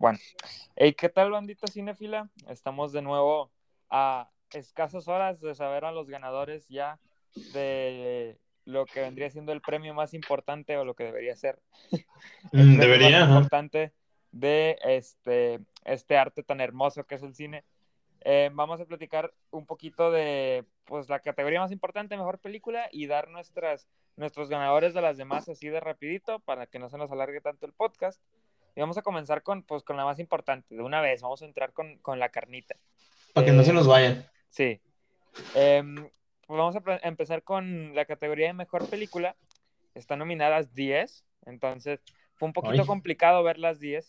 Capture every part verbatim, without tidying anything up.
Bueno, hey, ¿qué tal, bandita cinéfila? Estamos de nuevo a escasas horas de saber a los ganadores ya de lo que vendría siendo el premio más importante, o lo que debería ser el Mm, premio más debería, ajá. importante de este, este arte tan hermoso que es el cine. Eh, vamos a platicar un poquito de pues, la categoría más importante, mejor película, y dar nuestras, nuestros ganadores de las demás así de rapidito para que no se nos alargue tanto el podcast. Y vamos a comenzar con, pues, con la más importante, de una vez, vamos a entrar con, con la carnita. Para que no se Eh, nos vayan. sí, eh, pues vamos a empezar con la categoría de mejor película. Están nominadas diez, entonces fue un poquito Ay. complicado ver las diez.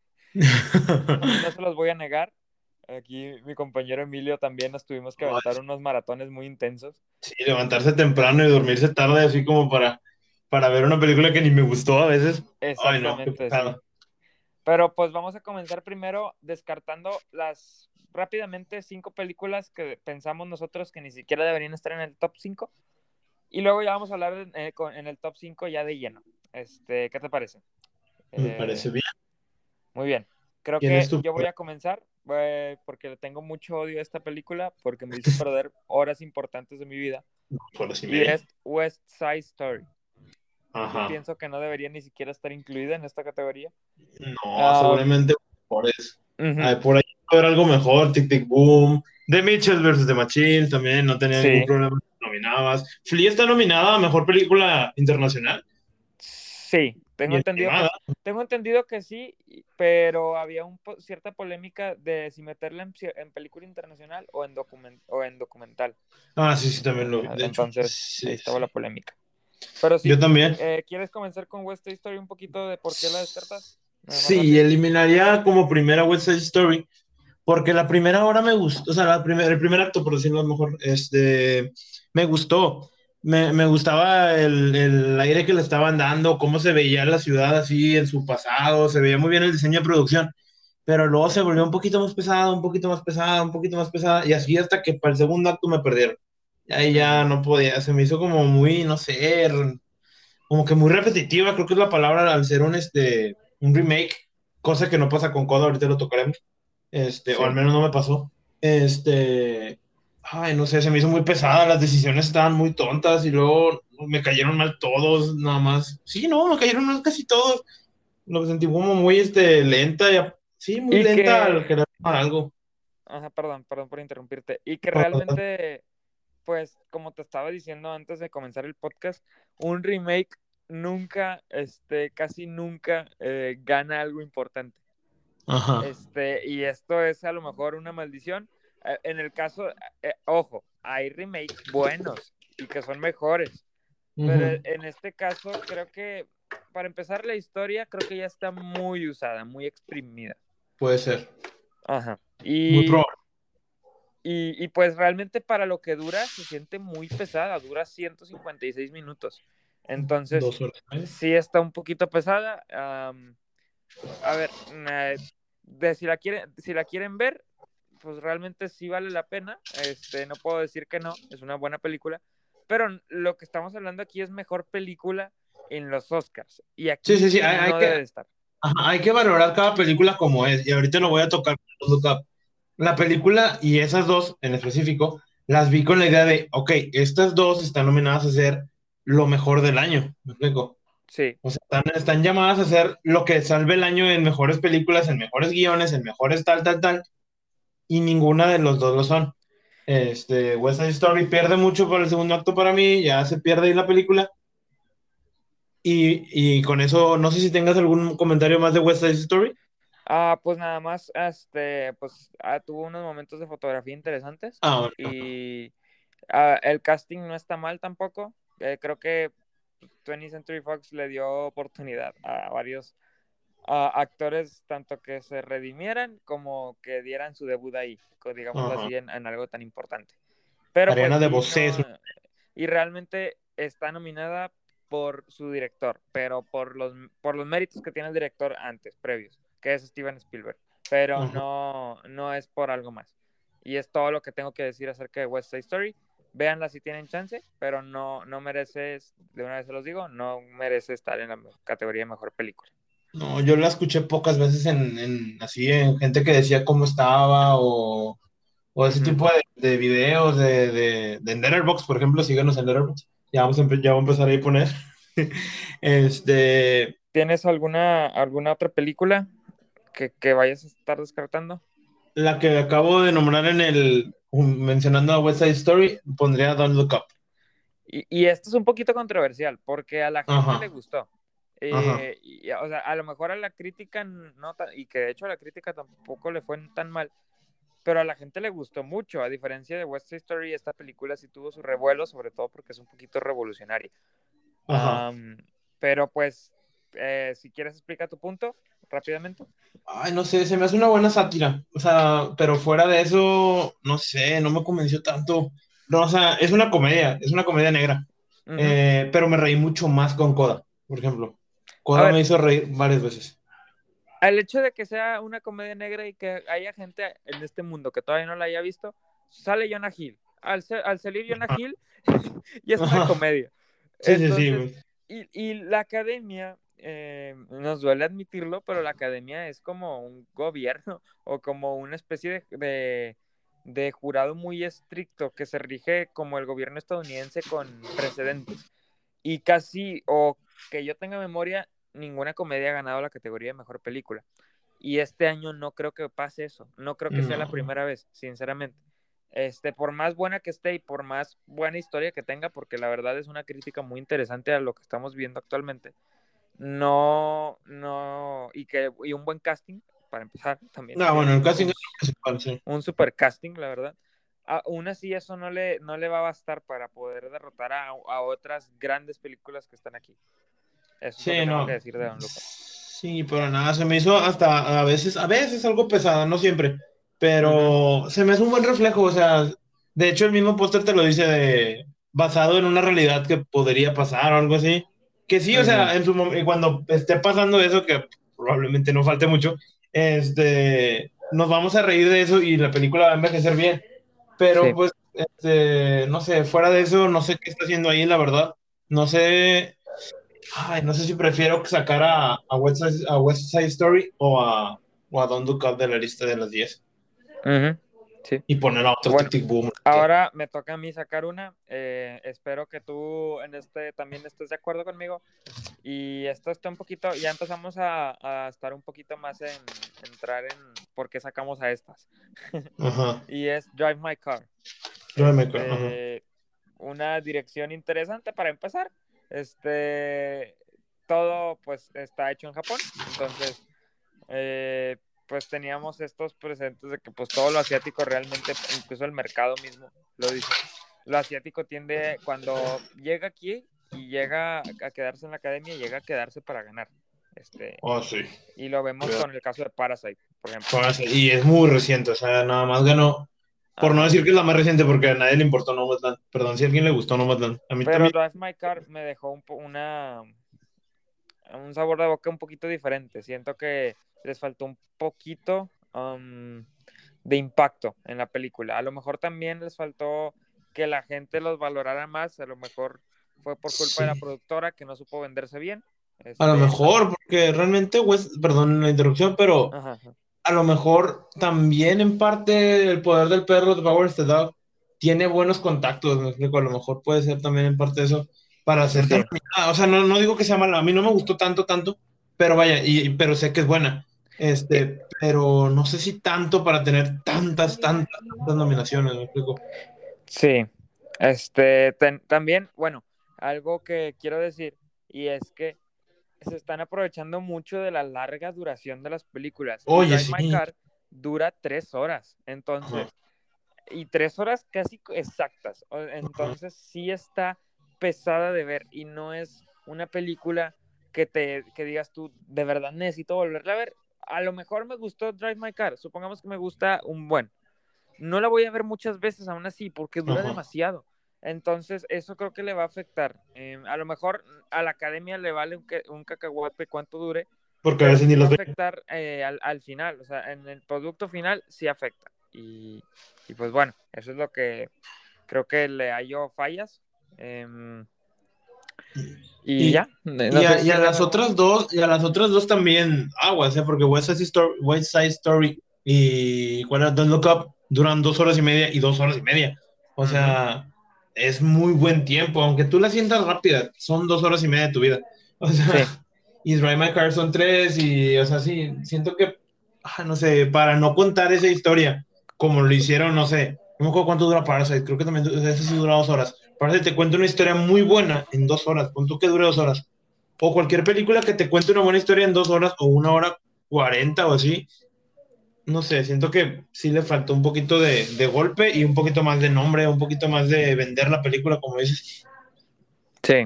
No, no se los voy a negar. Aquí mi compañero Emilio también nos tuvimos que aventar Ay, unos maratones muy intensos. sí, levantarse temprano y dormirse tarde, así como para, para ver una película que ni me gustó a veces. Ay, no, qué Exactamente, sí. pesado. Pero pues vamos a comenzar primero descartando las rápidamente cinco películas que pensamos nosotros que ni siquiera deberían estar en el top cinco. Y luego ya vamos a hablar en, eh, con- en el top cinco ya de lleno. Este, ¿qué te parece? Me Eh, parece bien. muy bien. Creo ¿Quién es que tu...? yo voy a comenzar eh, porque le tengo mucho odio a esta película porque me hizo perder horas importantes de mi vida. Por si Y me... es West Side Story. Yo Ajá. pienso que no debería ni siquiera estar incluida en esta categoría. No, Um, seguramente por eso. uh-huh, Ay, por ahí puede haber algo mejor. Tic Tic Boom. The Mitchells versus The Machines también, no tenía ningún sí, problema si nominabas. Flea está nominada a Mejor Película Internacional. sí, tengo Y entendido que animada. tengo entendido que sí, pero había un, cierta polémica de si meterla en, en película internacional o en, document, o en documental. Ah, sí, sí, también lo vi. De hecho, Entonces, ahí sí, estaba la sí. polémica. Pero Yo sí, también. eh, ¿quieres comenzar con West Side Story un poquito de por qué la descartas? Nada más Sí, rápido. eliminaría como primera West Side Story, porque la primera hora me gustó, o sea, la primer, el primer acto, por decirlo mejor, este, me gustó. Me, me gustaba el, el aire que le estaban dando, cómo se veía la ciudad así en su pasado, se veía muy bien el diseño de producción, pero luego se volvió un poquito más pesada, un poquito más pesada, un poquito más pesada, y así hasta que para el segundo acto me perdieron. Y ahí ya Ujú. no podía, se me hizo como muy, no sé, como que muy repetitiva, creo que es la palabra al ser un, este, un remake, cosa que no pasa con Coda, ahorita lo tocaremos, este, o al Sí. menos no me pasó. Este, ay, no sé, se me hizo muy pesada, las decisiones estaban muy tontas y luego me cayeron mal todos, nada más. Sí, no, me cayeron mal casi todos. Lo sentí como muy, este, lenta, y, a- sí, muy Y lenta al que, querer tomar algo. ajá, perdón, perdón por interrumpirte. Y que realmente, pues, como te estaba diciendo antes de comenzar el podcast, un remake nunca, este, casi nunca eh, gana algo importante. Ajá. Este, y esto es a lo mejor una maldición. Eh, en el caso, eh, ojo, hay remakes buenos y que son mejores, pero Ujú. en este caso creo que, para empezar, la historia creo que ya está muy usada, muy exprimida. Puede ser. Ajá. Muy Y, probable. y, y pues realmente para lo que dura se siente muy pesada, dura ciento cincuenta y seis minutos. Entonces, Dos horas y media. sí está un poquito pesada. Um, a ver, eh, de si la quieren, si la quieren ver, pues realmente sí vale la pena. Este, no puedo decir que no, es una buena película, pero lo que estamos hablando aquí es mejor película en los Oscars y Sí, sí, aquí sí, hay, hay no que, debe de estar. ajá, hay que valorar cada película como es, y ahorita lo voy a Uh-huh. tocar con Don't Look Up. La película y esas dos en específico, las vi con la idea de, ok, estas dos están nominadas a ser lo mejor del año, ¿me explico? Sí. O sea, están, están llamadas a ser lo que salve el año en mejores películas, en mejores guiones, en mejores tal, tal, tal, y ninguna de los dos lo son. Este, West Side Story pierde mucho por el segundo acto para mí, ya se pierde ahí la película, y, y con eso, no sé si tengas algún comentario más de West Side Story. Ah, pues nada más, este, pues ah, tuvo unos momentos de fotografía interesantes Ah, bueno. y ah, el casting no está mal tampoco. Eh, creo que twentieth Century Fox le dio oportunidad a varios ah, actores, tanto que se redimieran como que dieran su debut ahí, co- digámoslo Ajá. así, en, en algo tan importante. Pero pues Ariana sí, DeBose es no, y realmente está nominada por su director, pero por los, por los méritos que tiene el director antes, previos, que es Steven Spielberg, pero ajá. no, no es por algo más. Y es todo lo que tengo que decir acerca de West Side Story. Véanla si tienen chance, pero no, no merece, de una vez se los digo, no merece estar en la categoría de mejor película. No, yo la escuché pocas veces en, en así en gente que decía cómo estaba o, o ese Ujú. tipo de, de videos de, de, de Letterboxd, por ejemplo, síguenos en Letterboxd. Ya vamos a, empe- ya voy a empezar ahí a poner. Este, ¿Tienes alguna, alguna otra película que, que vayas a estar descartando? la que acabo de nombrar en el, um, mencionando a West Side Story, pondría Don't Look Up. Y, y esto es un poquito controversial porque a la gente le Ajá, gustó. ajá, Eh, y, o sea, a lo mejor a la crítica no ta- y que de hecho a la crítica tampoco le fue tan mal, pero a la gente le gustó mucho. A diferencia de West Side Story, esta película sí tuvo su revuelo, sobre todo porque es un poquito revolucionaria. ajá. Um, pero pues, eh, si quieres explica tu punto rápidamente. Ay, no sé, se me hace una buena sátira. O sea, pero fuera de eso, no sé, no me convenció tanto. No, o sea, es una comedia, es una comedia negra. Ujú. Eh, pero me reí mucho más con Coda, por ejemplo. A Coda me ver, hizo reír varias veces. el hecho de que sea una comedia negra y que haya gente en este mundo que todavía no la haya visto, sale Jonah Hill. Al, ser- al salir Jonah Hill, ya es una Ajá. comedia. Sí, sí, sí, Entonces, güey. y, y la academia, eh, nos duele admitirlo, pero la academia es como un gobierno o como una especie de, de, de jurado muy estricto que se rige como el gobierno estadounidense con precedentes. Y casi, o que yo tenga memoria, ninguna comedia ha ganado la categoría de mejor película. Y este año no creo que pase eso. No creo que sea la No. primera vez, sinceramente. Este, por más buena que esté y por más buena historia que tenga, porque la verdad es una crítica muy interesante a lo que estamos viendo actualmente. No, no, y que y un buen casting, para empezar, también Ah, bueno, tiene el un, casting un, es lo principal, sí. un super casting, la verdad. Aún así, eso no le, no le va a bastar para poder derrotar a, a otras grandes películas que están aquí. Eso es lo que Sí, tengo que no. decir de Don Luca. Sí, pero nada, se me hizo hasta a veces, a veces algo pesada, no siempre, Ujú. pero se me hace un buen reflejo, o sea, de hecho el mismo póster te lo dice de basado en una realidad que podría pasar o algo así, que sí, o Ujú. sea, en su mom- y cuando esté pasando eso, que probablemente no falte mucho, este, nos vamos a reír de eso y la película va a envejecer bien, pero Sí. pues, este, no sé, fuera de eso, no sé qué está haciendo ahí, la verdad, no sé. Ay, no sé si prefiero sacar a, a, West Side, a West Side Story o a, o a Don't Look Up de la lista de las diez Ujú. Sí. y poner a otro Tic Bueno, Tic Boom. No sé. ahora me toca a mí sacar una. Eh, espero que tú en este también estés de acuerdo conmigo. Y esto está un poquito, ya empezamos a, a estar un poquito más en entrar en por qué sacamos a estas. Ajá. Y es Drive My Car. Drive My Car, ajá. Este, una dirección interesante para empezar. Este, todo pues está hecho en Japón. Entonces, eh, pues teníamos estos presentes de que pues todo lo asiático realmente, incluso el mercado mismo lo dice, lo asiático tiende, cuando llega aquí y llega a quedarse en la academia, llega a quedarse para ganar. Este, Oh, sí. y lo vemos Cuidado. con el caso de Parasite, por ejemplo. Bueno, sí, y es muy reciente, o sea, nada más ganó. Por no Ajá. decir que es la más reciente, porque a nadie le importó Nomadland. Perdón, si a alguien le gustó Nomadland. A mí Pero también. Drive My Car me dejó un, una, un sabor de boca un poquito diferente. Siento que les faltó un poquito um, de impacto en la película. A lo mejor también les faltó que la gente los valorara más. A lo mejor fue por culpa de la Sí. productora que no supo venderse bien. A lo Este, no. mejor, porque realmente, West, perdón la interrupción, pero Ajá, ajá. a lo mejor también en parte el poder del perro de Power of the Dog tiene buenos contactos, me explico, a lo mejor puede ser también en parte eso para ser tan Sí. nominada. O sea, no, no digo que sea mala, a mí no me gustó tanto, tanto, pero vaya, y, pero sé que es buena. Y- Este, pero no sé si tanto para tener tantas, tantas, tantas nominaciones, me explico. Sí. Este, ten- también, bueno, algo que quiero decir, y es que se están aprovechando mucho de la larga duración de las películas. Y Oye, Drive My sí. Car dura tres horas. Ajá, Entonces, y tres horas casi exactas. ajá, Entonces, sí está pesada de ver. Y no es una película que te que digas tú, de verdad necesito volverla a ver. A lo mejor me gustó Drive My Car. Supongamos que me gusta un buen. No la voy a ver muchas veces aún así porque dura ajá. demasiado. Entonces, eso creo que le va a afectar. Eh, a lo mejor a la academia le vale un, un cacahuate cuánto dure, Porque a pero veces sí ni va a los ve. afectar eh, al, al, final. O sea, en el producto final sí afecta. Y, y, pues bueno, eso es lo que creo que le hallo fallas. Eh, Y Y, ya, no y, sé a, si y a tengas las alguna. otras dos, y a las otras dos también aguas, ¿eh? Porque West Side Story, West Side Story y ¿cuál era? Don't Look Up duran dos horas y media y dos horas y media. O Ujú. sea, es muy buen tiempo, aunque tú la sientas rápida, son dos horas y media de tu vida. O sea, Sí, y Drive My Car son tres y, o sea, sí, siento que, ah, no sé, para no contar esa historia como lo hicieron, no sé, no me acuerdo cuánto dura Parasite, creo que también, o sea, ese sí dura dos horas. Parasite te cuenta una historia muy buena en dos horas, pon tú que dure dos horas. O cualquier película que te cuente una buena historia en dos horas o una hora cuarenta o así, no sé, siento que sí le faltó un poquito de, de golpe y un poquito más de nombre, un poquito más de vender la película, como dices. sí.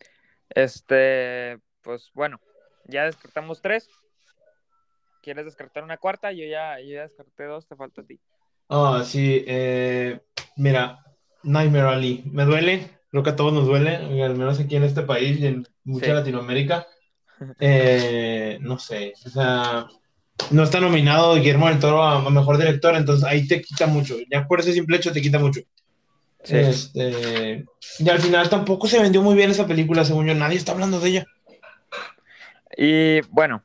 Este, pues bueno, ya descartamos tres. ¿Quieres descartar una cuarta? Yo ya, yo ya descarté dos, te falta a ti. Ah, sí, eh, mira, Nightmare Alley, me duele, creo que a todos nos duele, al menos aquí en este país y en mucha Sí. Latinoamérica. Eh, no sé, o sea, no está nominado Guillermo del Toro a, a mejor director, entonces ahí te quita mucho, ya por ese simple hecho te quita mucho. Sí. Este, y al final tampoco se vendió muy bien esa película, según yo, nadie está hablando de ella. Y bueno,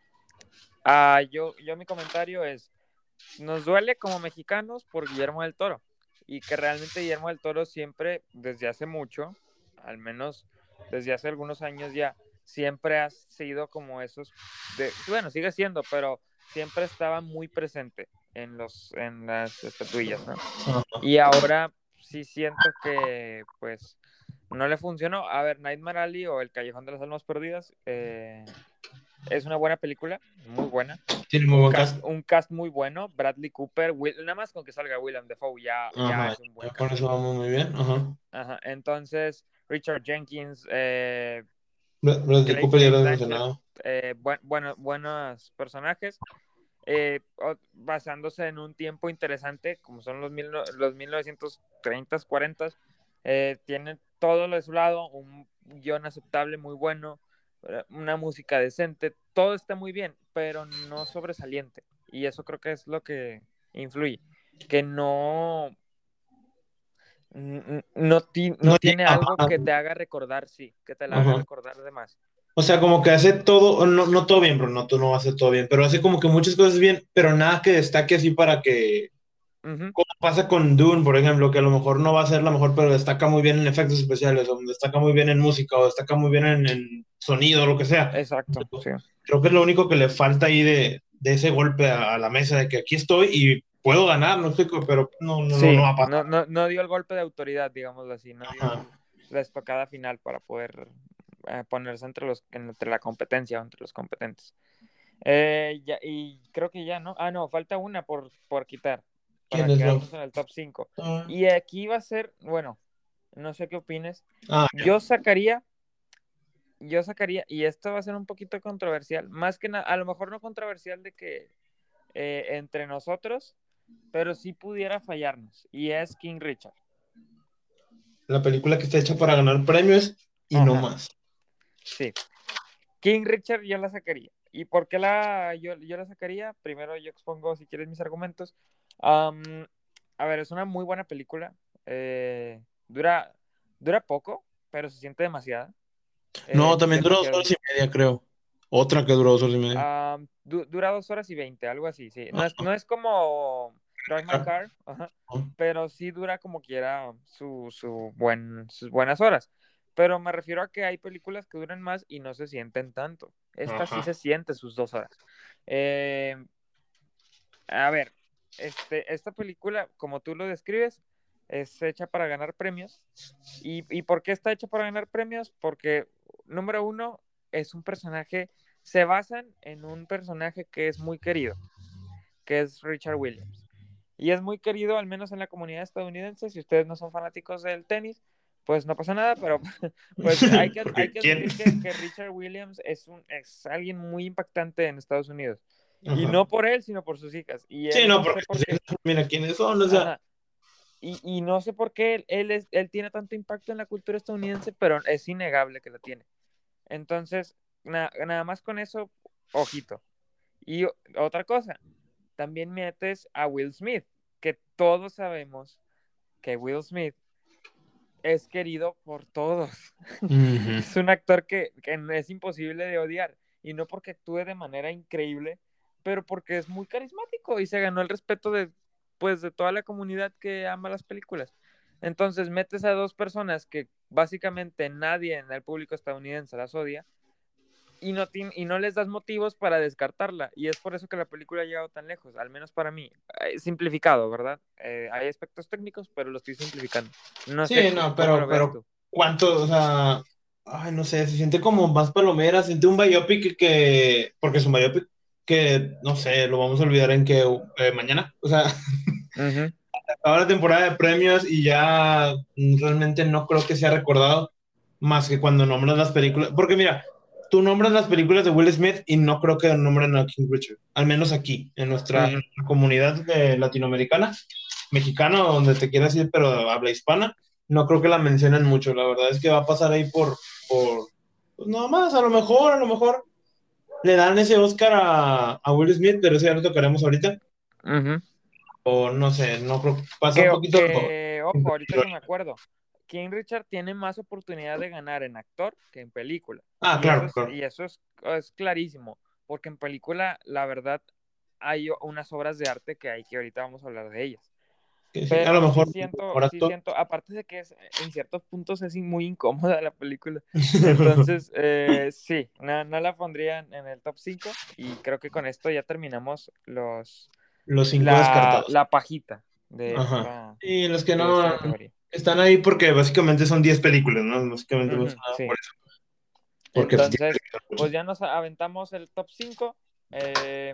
uh, yo, yo mi comentario es, nos duele como mexicanos por Guillermo del Toro y que realmente Guillermo del Toro siempre, desde hace mucho, al menos desde hace algunos años ya, siempre ha sido como esos, de, bueno, sigue siendo, pero siempre estaba muy presente en, los, en las estatuillas, ¿no? Ajá. Y ahora sí siento que pues no le funcionó. A ver, Nightmare Alley o El Callejón de las Almas Perdidas eh, es una buena película, muy buena. Tiene muy Un buen cast, cast. un cast muy bueno, Bradley Cooper, Will, nada más con que salga Willem Dafoe ya, ya Ajá, es un buen ya con cast. eso vamos muy bien. Ajá. Ajá, entonces, Richard Jenkins, eh, Brad- Bradley Kate, Cooper ya Kate lo he Blanchett, mencionado. eh, buen, bueno, buenos personajes, eh, basándose en un tiempo interesante, como son los, mil, los mil novecientos treinta, cuarenta, eh, tienen todo lo de su lado, un guión aceptable, muy bueno, una música decente, todo está muy bien, pero no sobresaliente. Y eso creo que es lo que influye, que no, no, ti, No no tiene llega, algo ajá. que te haga recordar, sí, que te la haga Ajá. recordar de más. O sea, como que hace todo, no, no todo bien, bro, no, tú no vas a hacer todo bien, pero hace como que muchas cosas bien, pero nada que destaque así para que, Uh -huh. como pasa con Dune, por ejemplo, que a lo mejor no va a ser la mejor, pero destaca muy bien en efectos especiales, o destaca muy bien en música, o destaca muy bien en, en sonido, o lo que sea. Exacto, sí. Creo que es lo único que le falta ahí de, de ese golpe a, a la mesa, de que aquí estoy y puedo ganar, no sé, pero no, no, no, no Sí, va a no, pasar. no, no dio el golpe de autoridad, digámoslo así, no dio Ajá. el, la estocada final para poder eh, ponerse entre, los, entre la competencia o entre los competentes. Eh, ya, y creo que ya, ¿no? Ah, no, falta una por, por quitar ¿Quién para es, bro? quedarnos en el top cinco. Ah, Y aquí va a ser, bueno, no sé qué opines. ah, ya. Yo sacaría, yo sacaría, y esto va a ser un poquito controversial, más que nada, a lo mejor no controversial de que eh, entre nosotros, pero sí pudiera fallarnos, y es King Richard. La película que está hecha para ganar premios y no Ajá, más. sí. King Richard yo la sacaría. ¿Y por qué la, yo, yo la sacaría? Primero yo expongo, si quieres, mis argumentos. Um, a ver, es una muy buena película. Eh, dura, dura poco, pero se siente demasiada. No, Eh, también duró dos demasiado. horas y media, creo. Otra que duró dos horas y media. Um, du dura dos horas y veinte, algo así, sí. No es, no es como Drive My Ah, Car, ajá, no. pero sí dura como quiera su, su buen, sus buenas horas. Pero me refiero a que hay películas que duran más y no se sienten tanto. Esta sí Ajá. se siente sus dos horas. Eh, a ver, este, esta película, como tú lo describes, es hecha para ganar premios. ¿Y, y por qué está hecha para ganar premios? Porque, número uno, es un personaje, se basan en un personaje que es muy querido, que es Richard Williams. Y es muy querido, al menos en la comunidad estadounidense. Si ustedes no son fanáticos del tenis, pues no pasa nada, pero pues hay que, hay Porque que quién. admitir que, que Richard Williams es, un, es alguien muy impactante en Estados Unidos. Y Ajá. no por él, sino por sus hijas. Y Sí, él no, no sé porque por qué. mira quiénes son, o sea. Ajá. Y, y no sé por qué él, él, es, él tiene tanto impacto en la cultura estadounidense, pero es innegable que lo tiene. Entonces, na, nada más con eso, ojito. Y otra cosa, también metes a Will Smith, que todos sabemos que Will Smith es querido por todos. Ujú. Es un actor que, que es imposible de odiar. Y no porque actúe de manera increíble, pero porque es muy carismático y se ganó el respeto de, pues, de toda la comunidad que ama las películas. Entonces metes a dos personas que básicamente nadie en el público estadounidense las odia y no, y no les das motivos para descartarla. Y es por eso que la película ha llegado tan lejos, al menos para mí. Eh, simplificado, ¿verdad? Eh, hay aspectos técnicos, pero lo estoy simplificando. No sé Sí, no, cómo lo pero, veas pero, tú. ¿cuánto? O sea, ay, no sé, se siente como más palomera, se siente un biopic que, porque es un biopic, que, no sé, lo vamos a olvidar en que eh, mañana, o sea, Ujú. acaba la temporada de premios y ya mm, realmente no creo que sea recordado más que cuando nombras las películas, porque mira, tú nombras las películas de Will Smith y no creo que nombren a King Richard, al menos aquí, en nuestra Ujú. comunidad de latinoamericana, mexicana, o donde te quieras ir, pero habla hispana, no creo que la mencionen mucho, la verdad es que va a pasar ahí por, por, pues nada más, a lo mejor, a lo mejor le dan ese Oscar a, a Will Smith, pero eso ya lo tocaremos ahorita, Ujú. o no sé, no creo, pasa un Que, poquito. que, ojo, ahorita que me acuerdo, King Richard tiene más oportunidad de ganar en actor que en película. Ah, Y eso claro, es, claro. y eso es, es clarísimo, porque en película, la verdad, hay unas obras de arte que hay que ahorita vamos a hablar de ellas. Que sí, a lo Pero sí mejor siento, ahora sí todo. siento, aparte de que es, en ciertos puntos es muy incómoda la película. Entonces, eh, sí, no, no la pondría en, en el top cinco y creo que con esto ya terminamos los, Los cinco la, descartados. la pajita de Ajá. esta, Y los que de esta no categoría. están ahí porque básicamente son diez películas, ¿no? Básicamente más que Ujú, nada sí. por eso. Porque pues, diez Entonces, películas, pues muchas. ya nos aventamos el top cinco. Eh,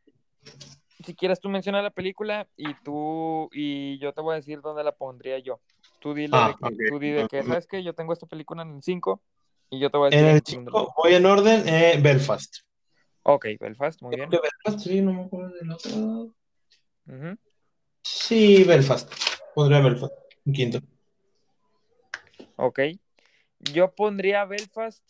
si quieres, tú menciona la película y tú y yo te voy a decir dónde la pondría yo. Tú dile de Ah, que, tú di de que, ok. ¿sabes qué? Yo tengo esta película en el cinco y yo te voy a En decir el en dónde la cinco pongo. voy en orden, eh, Belfast. Ok, Belfast, muy Creo bien. que Belfast, sí, no me acuerdo del otro. Ujú. Sí, Belfast. Pondría Belfast. En quinto. Ok. Yo pondría Belfast.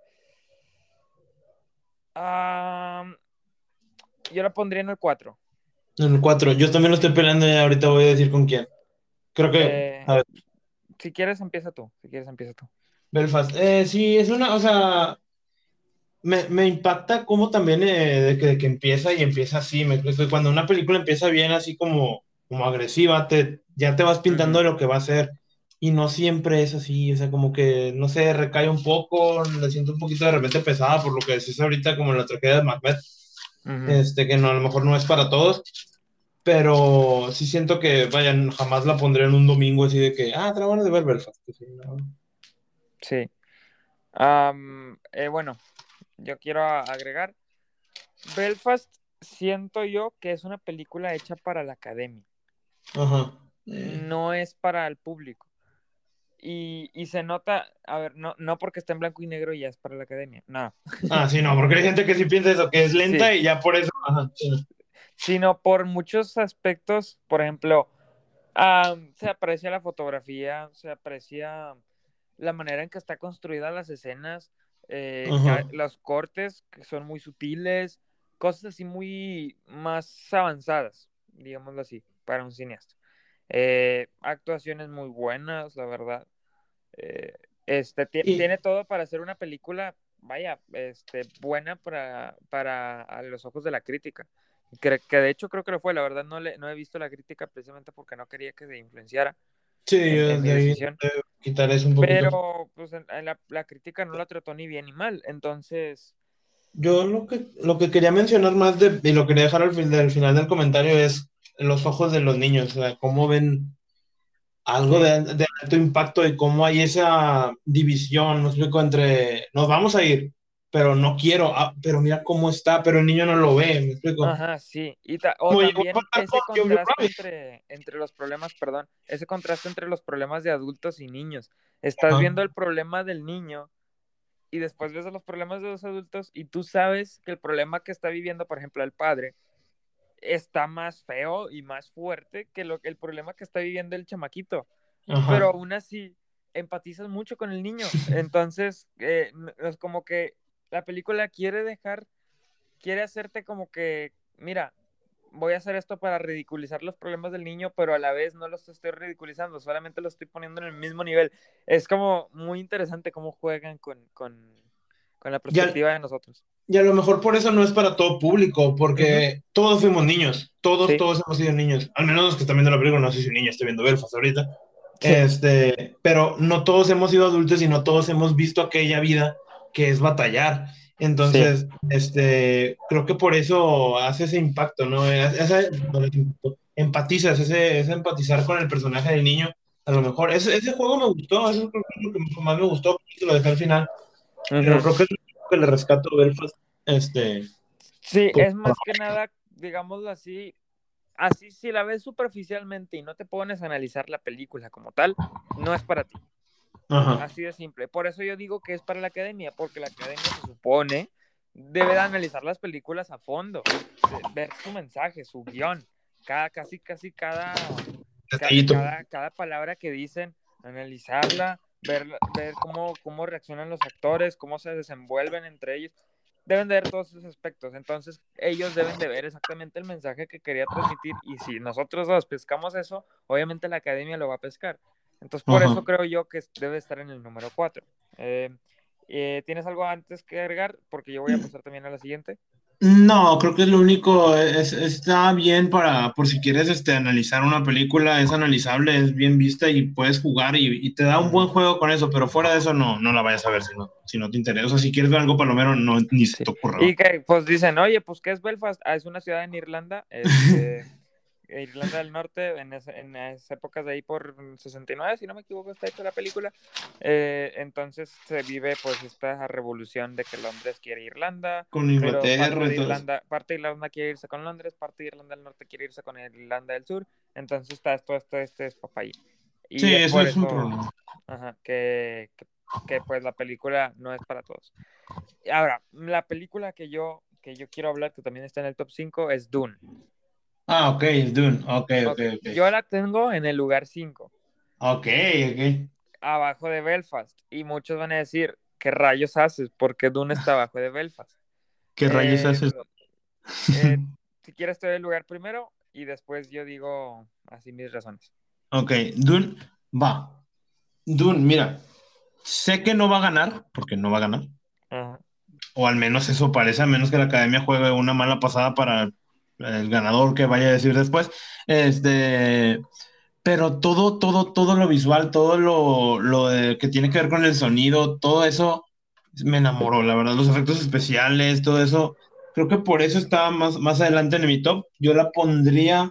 ah, yo la pondría en el cuatro. En el cuatro. Yo también lo estoy Sí. peleando y ahorita voy a decir con quién. Creo que, Eh, a ver, si quieres, empieza tú. Si quieres, empieza tú. Belfast. Eh, sí, es una, o sea, Me, me impacta cómo también eh, de que, de que empieza y empieza así. Me explico. Y cuando una película empieza bien, así como, como agresiva, te, ya te vas pintando Ujú. de lo que va a ser. Y no siempre es así. O sea, como que, no sé, recae un poco, la siento un poquito de repente pesada, por lo que decís ahorita, como la tragedia de Macbeth, Ujú. este, que no, a lo mejor no es para todos. Pero sí siento que, vayan, jamás la pondré en un domingo así de que, ah, te la van a de ver Belfast. Pues sí, no. Sí. Am, eh, bueno, yo quiero a- agregar, Belfast siento yo que es una película hecha para la academia, Ajá. Eh, no es para el público. Y, y se nota, a ver, no, no porque está en blanco y negro y ya es para la academia, no. Ah, sí, no, porque hay gente que sí piensa eso, que es Sí, lenta y ya por eso. Ajá. Sí, no. sino por muchos aspectos, por ejemplo, am, se aprecia la fotografía, se aprecia la manera en que está construida las escenas, eh, ca- Ajá. los cortes que son muy sutiles, cosas así muy más avanzadas, digámoslo así, para un cineasta. Eh, actuaciones muy buenas, la verdad. Eh, este, ti- Y tiene todo para hacer una película, vaya, este, buena para, para a los ojos de la crítica. Que, que de hecho creo que lo fue, la verdad no, le, no he visto la crítica precisamente porque no quería que se influenciara sí, en, yo en mi de ahí decisión. eh, quitar eso un poquito. Pero pues en, en la, la crítica no la trató ni bien ni mal. Entonces, Yo lo que, lo que quería mencionar más de, y lo quería dejar al, fin, del final del comentario es los ojos de los niños, o sea, cómo ven algo sí, de, de alto impacto y cómo hay esa división, no explico, entre nos vamos a ir, pero no quiero, ah, pero mira cómo está, pero el niño no lo ve, me explico. ajá, sí. Y ta- o Como llegó a también pasar con ese John B. contraste Rabbit. entre, entre los problemas, perdón, ese contraste entre los problemas de adultos y niños. Estás Ajá, viendo el problema del niño y después ves los problemas de los adultos y tú sabes que el problema que está viviendo, por ejemplo, el padre, está más feo y más fuerte que lo, el problema que está viviendo el chamaquito. Pero ajá, aún así empatizas mucho con el niño. Entonces, eh, es como que la película quiere dejar, quiere hacerte como que, mira, voy a hacer esto para ridiculizar los problemas del niño, pero a la vez no los estoy ridiculizando, solamente los estoy poniendo en el mismo nivel. Es como muy interesante cómo juegan con, con, con la Ya, perspectiva de nosotros. y a lo mejor por eso no es para todo público, Ujú. porque todos fuimos niños, todos, Sí, todos hemos sido niños, al menos los que están viendo la película, no sé si un niño esté viendo Belfast ahorita, sí, este, pero no todos hemos sido adultos y no todos hemos visto aquella vida que es batallar. sí. Entonces, este, creo que por eso hace ese impacto, ¿no? Ese, empatizas, ese, ese empatizar con el personaje del niño, a lo mejor, ese, ese juego me gustó, eso creo que es lo que más me gustó, porque lo dejé al final, pero Ujú. creo que es lo que le rescato a Belfast, este, Sí, por- es más que nada, digámoslo así, así si la ves superficialmente y no te pones a analizar la película como tal, no es para ti. ajá, Así de simple. Por eso yo digo que es para la academia, porque la academia se supone debe de analizar las películas a fondo, de, ver su mensaje, su guión, cada, casi, casi cada, ca, detallito. cada, cada palabra que dicen, analizarla, ver, ver cómo, cómo reaccionan los actores, cómo se desenvuelven entre ellos. Deben de ver todos esos aspectos. Entonces, ellos deben de ver exactamente el mensaje que quería transmitir. Y si nosotros dos pescamos eso, obviamente la academia lo va a pescar. Entonces, por Ajá. eso creo yo que debe estar en el número cuatro. Eh, eh, ¿Tienes algo antes que agregar? Porque yo voy a pasar también a la siguiente. No, creo que es lo único, es, está bien para, por si quieres este, analizar una película, es analizable, es bien vista y puedes jugar y, y te da un buen Ujú. juego con eso, pero fuera de eso no, no la vayas a ver si no, si no te interesa. O sea, si quieres ver algo palomero, no, ni se Sí. te ocurra. ¿Va? Y que pues dicen, oye, pues ¿qué es Belfast? Ah, es una ciudad en Irlanda, este, Irlanda del Norte, en, ese, en esas épocas de ahí por sesenta y nueve, si no me equivoco, está hecha la película. Eh, entonces se vive pues esta revolución de que Londres quiere Irlanda, Con pero parte Inglaterra de y todo eso. Irlanda, parte de Irlanda quiere irse con Londres, parte de Irlanda del Norte quiere irse con Irlanda del Sur, entonces está todo esto, este despapalle. Y Sí, es eso por es un eso, problema. ajá, que, que, que, pues la película no es para todos. Ahora, la película que yo, que yo quiero hablar, que también está en el top cinco es Dune. Ah, ok, es Dune. Ok, ok, Ok, ok. yo la tengo en el lugar cinco, Ok, ok. abajo de Belfast. Y muchos van a decir, ¿qué rayos haces? Porque Dune está abajo de Belfast. ¿Qué rayos Eh, haces? eh, si quieres te doy el lugar primero y después yo digo así mis razones. Ok, Dune, va. Dune, mira, sé que no va a ganar, porque no va a ganar. Ajá. O al menos eso parece, a menos que la academia juegue una mala pasada para el ganador que vaya a decir después. Este, pero todo, todo, todo lo visual, todo lo, lo de- que tiene que ver con el sonido, todo eso me enamoró, la verdad, los efectos especiales, todo eso, creo que por eso está más, más adelante en mi top. Yo la pondría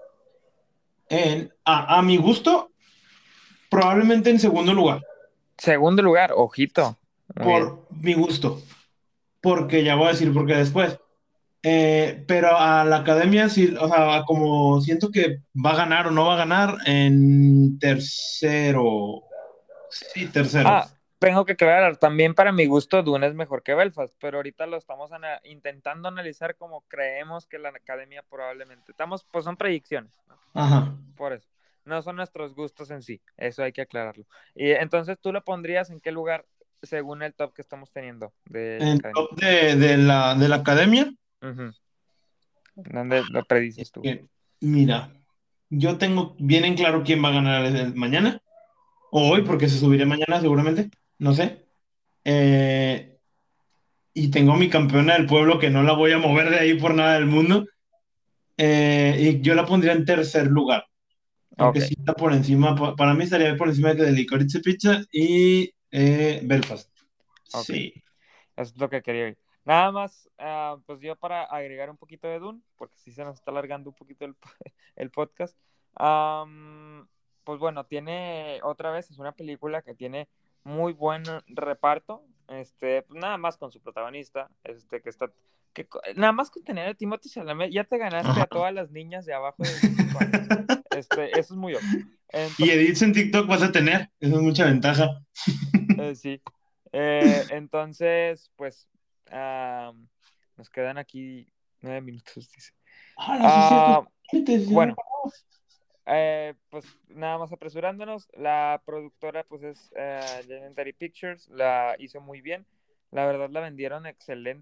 en, a, a mi gusto, probablemente en segundo lugar, Segundo lugar, ojito. Muy bien. por mi gusto, porque ya voy a decir por qué después. Eh, pero a la academia sí, o sea, como siento que va a ganar o no va a ganar en tercero. Sí, tercero. Ah, tengo que aclarar, también para mi gusto Dune es mejor que Belfast, pero ahorita lo estamos ana- intentando analizar como creemos que la academia probablemente. Estamos, pues son predicciones, ¿no? Ajá. Por eso. No son nuestros gustos en sí, eso hay que aclararlo. Y entonces tú lo pondrías en qué lugar según el top que estamos teniendo de la En academia. top de, de la, de la academia, Ujú. ¿Dónde lo predices tú? eh, mira, yo tengo bien en claro quién va a ganar el- el mañana, o hoy, Ujú. porque se subirá mañana seguramente, no sé. Eh, y tengo mi campeona del pueblo que no la voy a mover de ahí por nada del mundo. Eh, y yo la pondría en tercer lugar. Porque Ok, sí está por encima, pa- para mí estaría por encima de Licorice Pizza y eh, Belfast. ok. Sí. Eso es lo que quería oír. Nada más, ah, pues yo para agregar un poquito de Dune, porque sí se nos está alargando un poquito el, el podcast. Am, pues bueno, tiene otra vez, es una película que tiene muy buen reparto. Este, pues nada más con su protagonista, este que está, que co- nada más con tener a Timothée Chalamet, ya te ganaste a Ajá. todas las niñas de abajo de veinticinco años. Este, eso es muy obvio. Y Entonces, edits en TikTok vas a tener, eso es mucha ventaja. Eh, sí. Eh, entonces, pues, am, nos quedan aquí nueve minutos, dice. Ah, sí es cierto. Ah, Límites, ya me bueno, acordaba. eh, pues nada más apresurándonos. La productora, pues, es eh, Legendary Pictures, la hizo muy bien. La verdad, la vendieron excelente.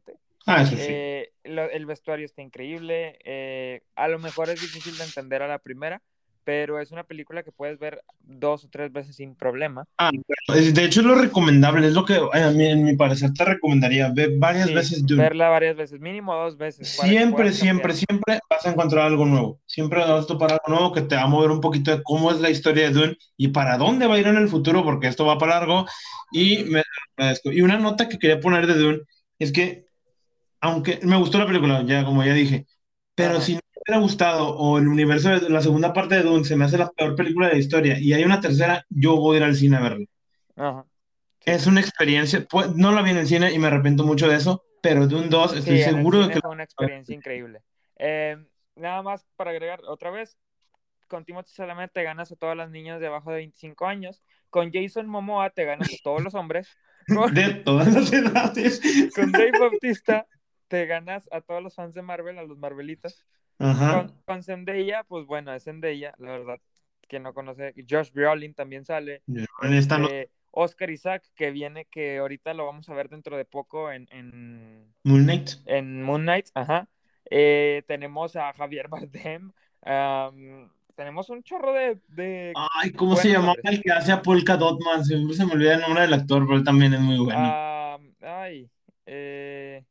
Ah, eso sí. Eh, lo- el vestuario está increíble. Eh, a lo mejor es difícil de entender a la primera, pero es una película que puedes ver dos o tres veces sin problema. Ah, bueno, es- de hecho es lo recomendable, es lo que eh, a mí, en mi parecer te recomendaría. Ve varias Sí, veces Dune. verla varias veces, mínimo dos veces, para que Siempre, puedas siempre, cambiar. siempre vas a encontrar algo nuevo. Siempre vas Sí. a topar algo nuevo que te va a mover un poquito de cómo es la historia de Dune y para dónde va a ir en el futuro, porque esto va para largo. Y Ujú. me agradezco. Y una nota que quería poner de Dune es que, aunque me gustó la película, ya como ya dije, pero Ajá, si no me hubiera gustado o el universo de la segunda parte de Dune se me hace la peor película de la historia y hay una tercera, yo voy a ir al cine a verla. ajá, sí. Es una experiencia, pues no la vi en el cine y me arrepiento mucho de eso, pero Dune dos Sí, estoy en el seguro de cine que fue una la... experiencia increíble. Eh, nada más para agregar otra vez, con Timothée Chalamet te ganas a todas las niñas de abajo de veinticinco años, con Jason Momoa te ganas a todos los hombres, con, de todas las edades. con Dave Bautista te ganas a todos los fans de Marvel, a los Marvelitas, Ajá. con, con Zendaya, pues bueno, es Zendaya, la verdad, quien no conoce, Josh Brolin también sale, Yo en esta no. este, Oscar Isaac, que viene, que ahorita lo vamos a ver dentro de poco en, en Moon Knight. en Moon Knight, ajá. Eh, tenemos a Javier Bardem. Um, tenemos un chorro de, de Ay, ¿cómo se buenos llamaba nombres. el que hace a Polka Dotman? Siempre se me olvida el nombre del actor, pero él también es muy bueno. Um, ay, eh,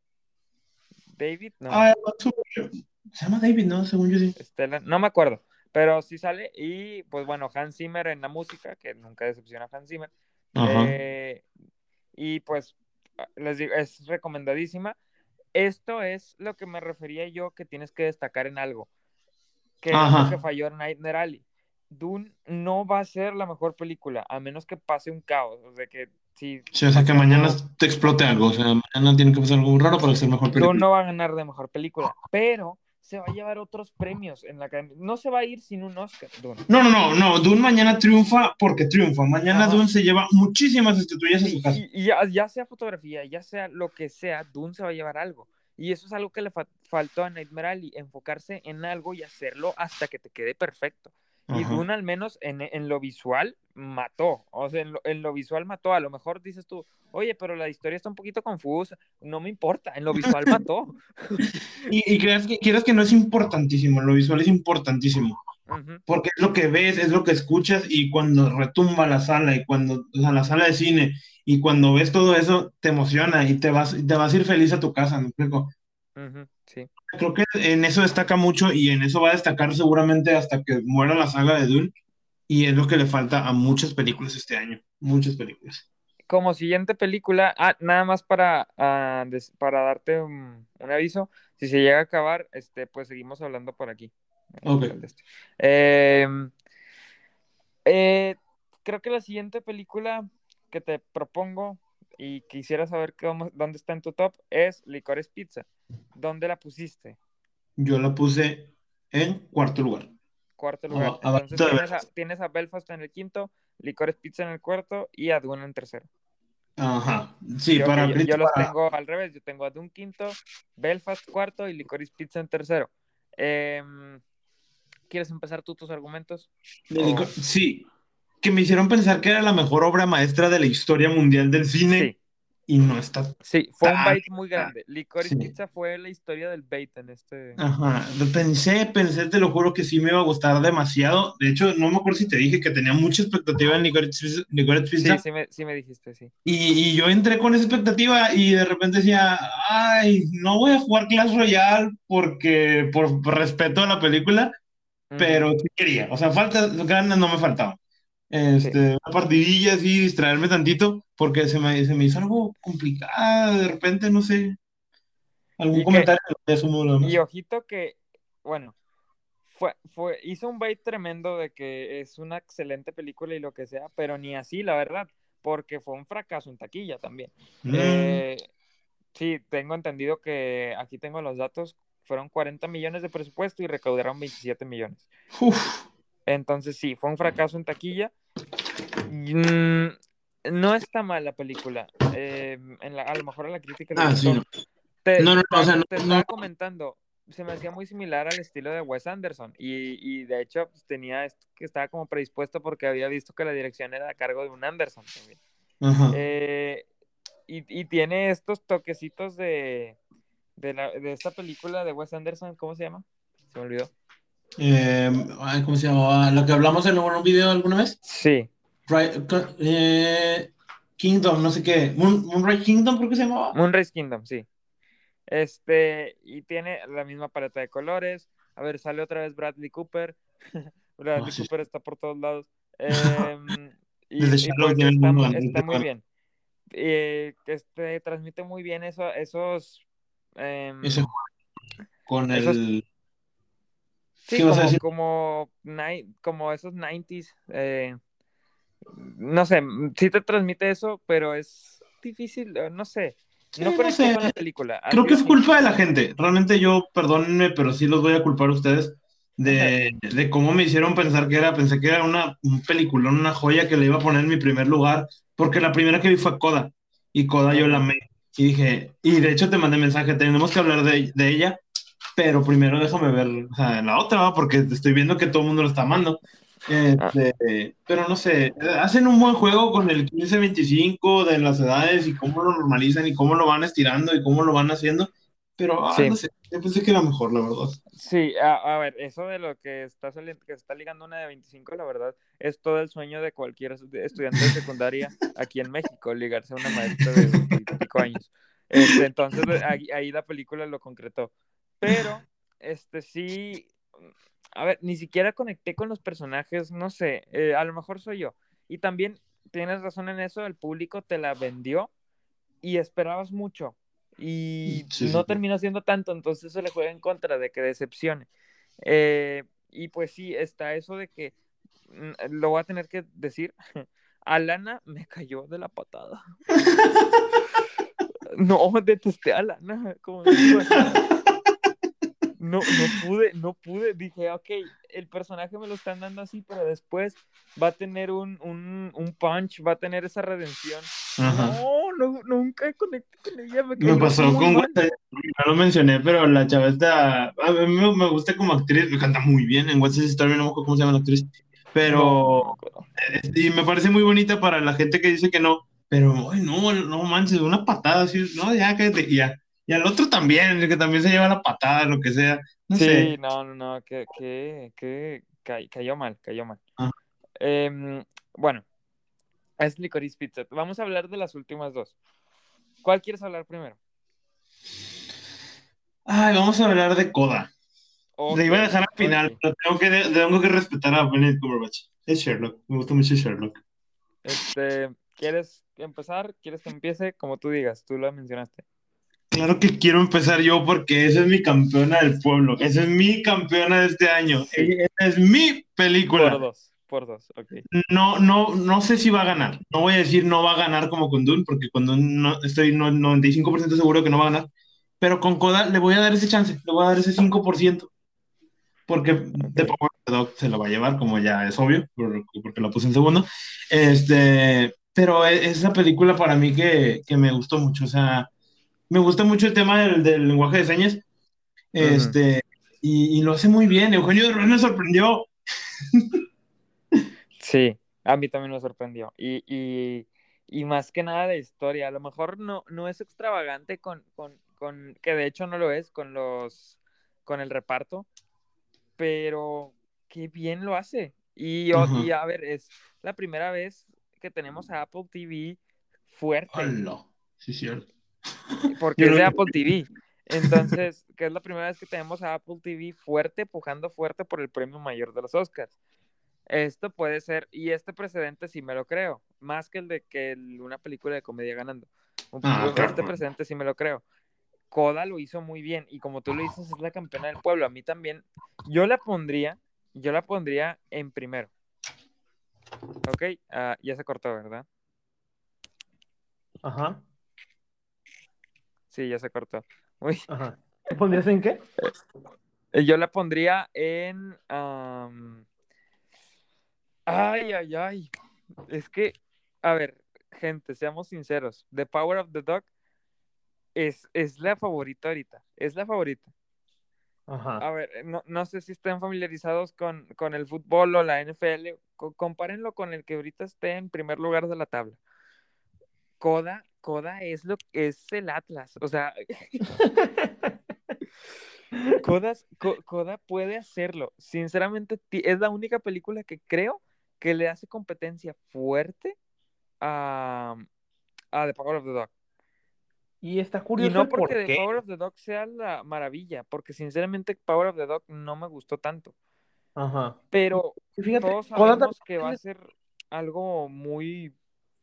David, no, Ay, se llama David, ¿no? Según yo sí. Stellan, no me acuerdo, pero sí sale. Y pues bueno, Hans Zimmer en la música, que nunca decepciona a Hans Zimmer. Ajá. Eh, y pues les digo, es recomendadísima. Esto es lo que me refería yo que tienes que destacar en algo, que es lo que Ajá. falló en Nightmare Alley. Dune no va a ser la mejor película, a menos que pase un caos, o sea que si Sí, o sea, que pase mañana algo, te explote ajá, algo. O sea, mañana tiene que pasar algo muy raro para ser mejor Dune película. no va a ganar de mejor película, pero se va a llevar otros premios en la academia. No se va a ir sin un Oscar, Dune. No, no, no, no. Dune mañana triunfa porque triunfa. Mañana Ajá. Dune se lleva muchísimas estatuillas a su Sí, casa. y, y ya, ya, sea fotografía, ya sea lo que sea, Dune se va a llevar algo. Y eso es algo que le fa faltó a Nightmare Alley, enfocarse en algo y hacerlo hasta que te quede perfecto. Y Ajá. Dune al menos en, en lo visual mató, o sea, en lo, en lo, visual mató. A lo mejor dices tú, oye, pero la historia está un poquito confusa, no me importa, en lo visual mató. Y, y creas que, quieras que no es importantísimo, lo visual es importantísimo. Uh -huh, Porque es lo que ves, es lo que escuchas y cuando retumba la sala y cuando, o sea, la sala de cine y cuando ves todo eso te emociona y te vas, te vas a ir feliz a tu casa, ¿me explico? uh -huh, sí. Creo que en eso destaca mucho y en eso va a destacar seguramente hasta que muera la saga de Dune y es lo que le falta a muchas películas este año, muchas películas. Como siguiente película, ah, nada más para, uh, des, para darte un, un, aviso, si se llega a acabar, este, pues seguimos hablando por aquí. Ok, El, el este. eh, eh, Creo que la siguiente película que te propongo y quisiera saber cómo, dónde está en tu top es Licorice Pizza. ¿Dónde la pusiste? yo la puse en cuarto lugar, Cuarto lugar. ab- Entonces abajito de tienes a, Belfast. tienes a Belfast en el quinto, Licorice Pizza en el cuarto y a Dune en tercero. Ajá, sí, Yo, que para, yo, yo los para tengo al revés, yo tengo a Dune quinto, Belfast cuarto y Licorice Pizza en tercero. Eh, ¿Quieres empezar tú tus argumentos? de licor- O... sí, que me hicieron pensar que era la mejor obra maestra de la historia mundial del cine Sí, y no está sí, fue un tan... bait muy grande. Licorice Sí. Pizza fue la historia del bait en este. Ajá, lo pensé, pensé, te lo juro que sí me iba a gustar demasiado. De hecho, no me acuerdo si te dije que tenía mucha expectativa en Licorice Pizza, Licorice Sí, Pizza, sí me, sí me dijiste, sí. y, y yo entré con esa expectativa y de repente decía, ay, no voy a jugar Clash Royale porque por, por respeto a la película, Ujú, pero sí quería. O sea, falta, ganas no me faltaban. sí. Este, una partidilla así, distraerme tantito, porque se me, se me hizo algo complicado, de repente, no sé, algún Y que, comentario de eso, lo y demás. ojito que, bueno, fue, fue, hizo un bait tremendo de que es una excelente película y lo que sea, pero ni así, la verdad, porque fue un fracaso en taquilla también. Mm, Eh, sí, tengo entendido que aquí tengo los datos, fueron cuarenta millones de presupuesto y recaudaron veintisiete millones. uf. Entonces sí, fue un fracaso en taquilla. Mm, no está mal la película. Eh, en la, a lo mejor a la crítica le Ah, sí, gustó. no. Te, No, no, no, o te, sea, no, te no. estaba comentando, se me hacía muy similar al estilo de Wes Anderson y, y de hecho pues, tenía esto que estaba como predispuesto porque había visto que la dirección era a cargo de un Anderson también. Ajá. Eh, y, y tiene estos toquecitos de, de, la, de esta película de Wes Anderson, ¿cómo se llama? Se me olvidó. Eh, ay, ¿cómo se llamaba? ¿Lo que hablamos en un video alguna vez? Sí, Right, co- eh, Kingdom, no sé qué. Moon, Moonrise Kingdom, creo que se llamaba. Moonrise Kingdom, sí. Este, y tiene la misma paleta de colores. A ver, sale otra vez Bradley Cooper. Oh, Bradley sí, sí. Cooper está por todos lados. Em, Desde y, y Shallow pues tiene el está, mundo mu- ganado. está muy bien. Eh, que este, transmite muy bien eso, esos, Ese em, con esos, el. ¿Qué sí, vas a como, decir? como, ni- como esos nineties. Eh, no sé, sí te transmite eso, pero es difícil, eh, no sé. No Sí, no conecté sé. con la película, Creo así que de es culpa simple. de la gente. Realmente yo, perdónenme, pero sí los voy a culpar a ustedes de, de cómo me hicieron pensar que era. Pensé que era una, un peliculón, una joya que le iba a poner en mi primer lugar, porque la primera que vi fue Coda, y Coda yo la Ujú. amé. Y dije, y de hecho te mandé mensaje, tenemos que hablar de, de ella, pero primero déjame ver, o sea, la otra, ¿va? Porque estoy viendo que todo el mundo lo está amando. Ah, Este, pero no sé, hacen un buen juego con el quince veinticinco de las edades y cómo lo normalizan y cómo lo van estirando y cómo lo van haciendo, pero ah, no sí, sé, yo pensé que era mejor, la verdad. sí, a, a ver, eso de lo que está saliendo, que está ligando una de veinticinco, la verdad, es todo el sueño de cualquier estu- estudiante de secundaria aquí en México, ligarse a una maestra de veintipico años. Este, entonces, eh, ahí, ahí la película lo concretó. Pero, este, sí, mm, a ver, ni siquiera conecté con los personajes, no sé, eh, a lo mejor soy yo. Y también tienes razón en eso, el público te la vendió y esperabas mucho y Sí, sí, no sí. terminó siendo tanto, entonces eso le juega en contra de que decepcione. Eh, y pues sí, está eso de que, mm, lo voy a tener que decir, Alana me cayó de la patada. No, detesté a Alana, como no te imaginas. No, no pude, no pude. Dije, ok, el personaje me lo están dando así, pero después va a tener un, un, un punch, va a tener esa redención. Ajá. No, no, nunca conecté con ella, me Me cayó pasó muy con mal. West, no lo mencioné, pero la chava está, a mí me, me gusta como actriz, me canta muy bien en West Side Story, no me acuerdo cómo se llama la actriz, No, pero no me acuerdo. y me parece muy bonita para la gente que dice que no, pero ay, no, no manches, una patada así, no, ya cállate, y ya. Y al otro también, el que también se lleva la patada, lo que sea, no Sí, sé. no, no, no, que, que, que ca- cayó mal, cayó mal. Ah. Em, bueno, es Licorice Pizza. Vamos a hablar de las últimas dos. ¿Cuál quieres hablar primero? Ay, vamos a hablar de Coda. Le Ok, iba a dejar al ok. final, pero tengo que, tengo que respetar a Benedict Cumberbatch. Es Sherlock, me gusta mucho Sherlock. Este, ¿quieres empezar? ¿Quieres que empiece? Como tú digas, tú lo mencionaste. Claro que quiero empezar yo porque esa es mi campeona del pueblo, esa es mi campeona de este año, Sí, ella- esa es mi por película. dos, por dos, ok. No, no, no sé si va a ganar. No voy a decir no va a ganar como con Dune, porque con Dune no, estoy no- noventa y cinco por ciento seguro que no va a ganar. Pero con Coda le voy a dar ese chance, le voy a dar ese cinco por ciento, porque The Ok. Power of the Dog se lo va a llevar, como ya es obvio, por- porque la puse en segundo. Este, pero e- esa película para mí que, que me gustó mucho, o sea, me gusta mucho el tema del, del lenguaje de señas, Ujú. este, y, y lo hace muy bien. Eugenio Derbez me sorprendió. Sí, a mí también me sorprendió. Y, y, y más que nada de historia. A lo mejor no, no es extravagante con, con, con, que de hecho no lo es, con los, con el reparto, pero qué bien lo hace. Y, o- y Ajá. a ver, es la primera vez que tenemos a Apple T V fuerte, Hola. Sí, cierto. porque Yo es no. de Apple T V. Entonces, que es la primera vez que tenemos a Apple T V fuerte, pujando fuerte por el premio mayor de los Oscars. Esto puede ser, y este precedente sí me lo creo, más que el de que el- una película de comedia ganando. Ah, Este claro. precedente sí me lo creo. Coda lo hizo muy bien, y como tú lo dices, es la campeona del pueblo. A mí también, yo la pondría, yo la pondría en primero. Ok, ah, ya se cortó, ¿verdad? Ajá, Sí, ya se cortó. Uy, ajá. ¿Te pondrías en qué? eh, yo la pondría en... am, Ay, ay, ay. Es que, a ver, gente, seamos sinceros. The Power of the Dog es, es la favorita ahorita. Es la favorita. Ajá. A ver, eh, no, no sé si estén familiarizados con, con el fútbol o la N F L. Co- compárenlo con el que ahorita esté en primer lugar de la tabla. Coda, Coda es lo es el Atlas, o sea, Kodas- Co- Coda puede hacerlo. Sinceramente, ti- es la única película que creo que le hace competencia fuerte a, a The Power of the Dog. Y está Y curioso no el porque por The qué. Power of the Dog sea la maravilla, porque sinceramente Power of the Dog no me gustó tanto. Ajá. Y Pero y fíjate, todos Coda sabemos que va a también. ser algo muy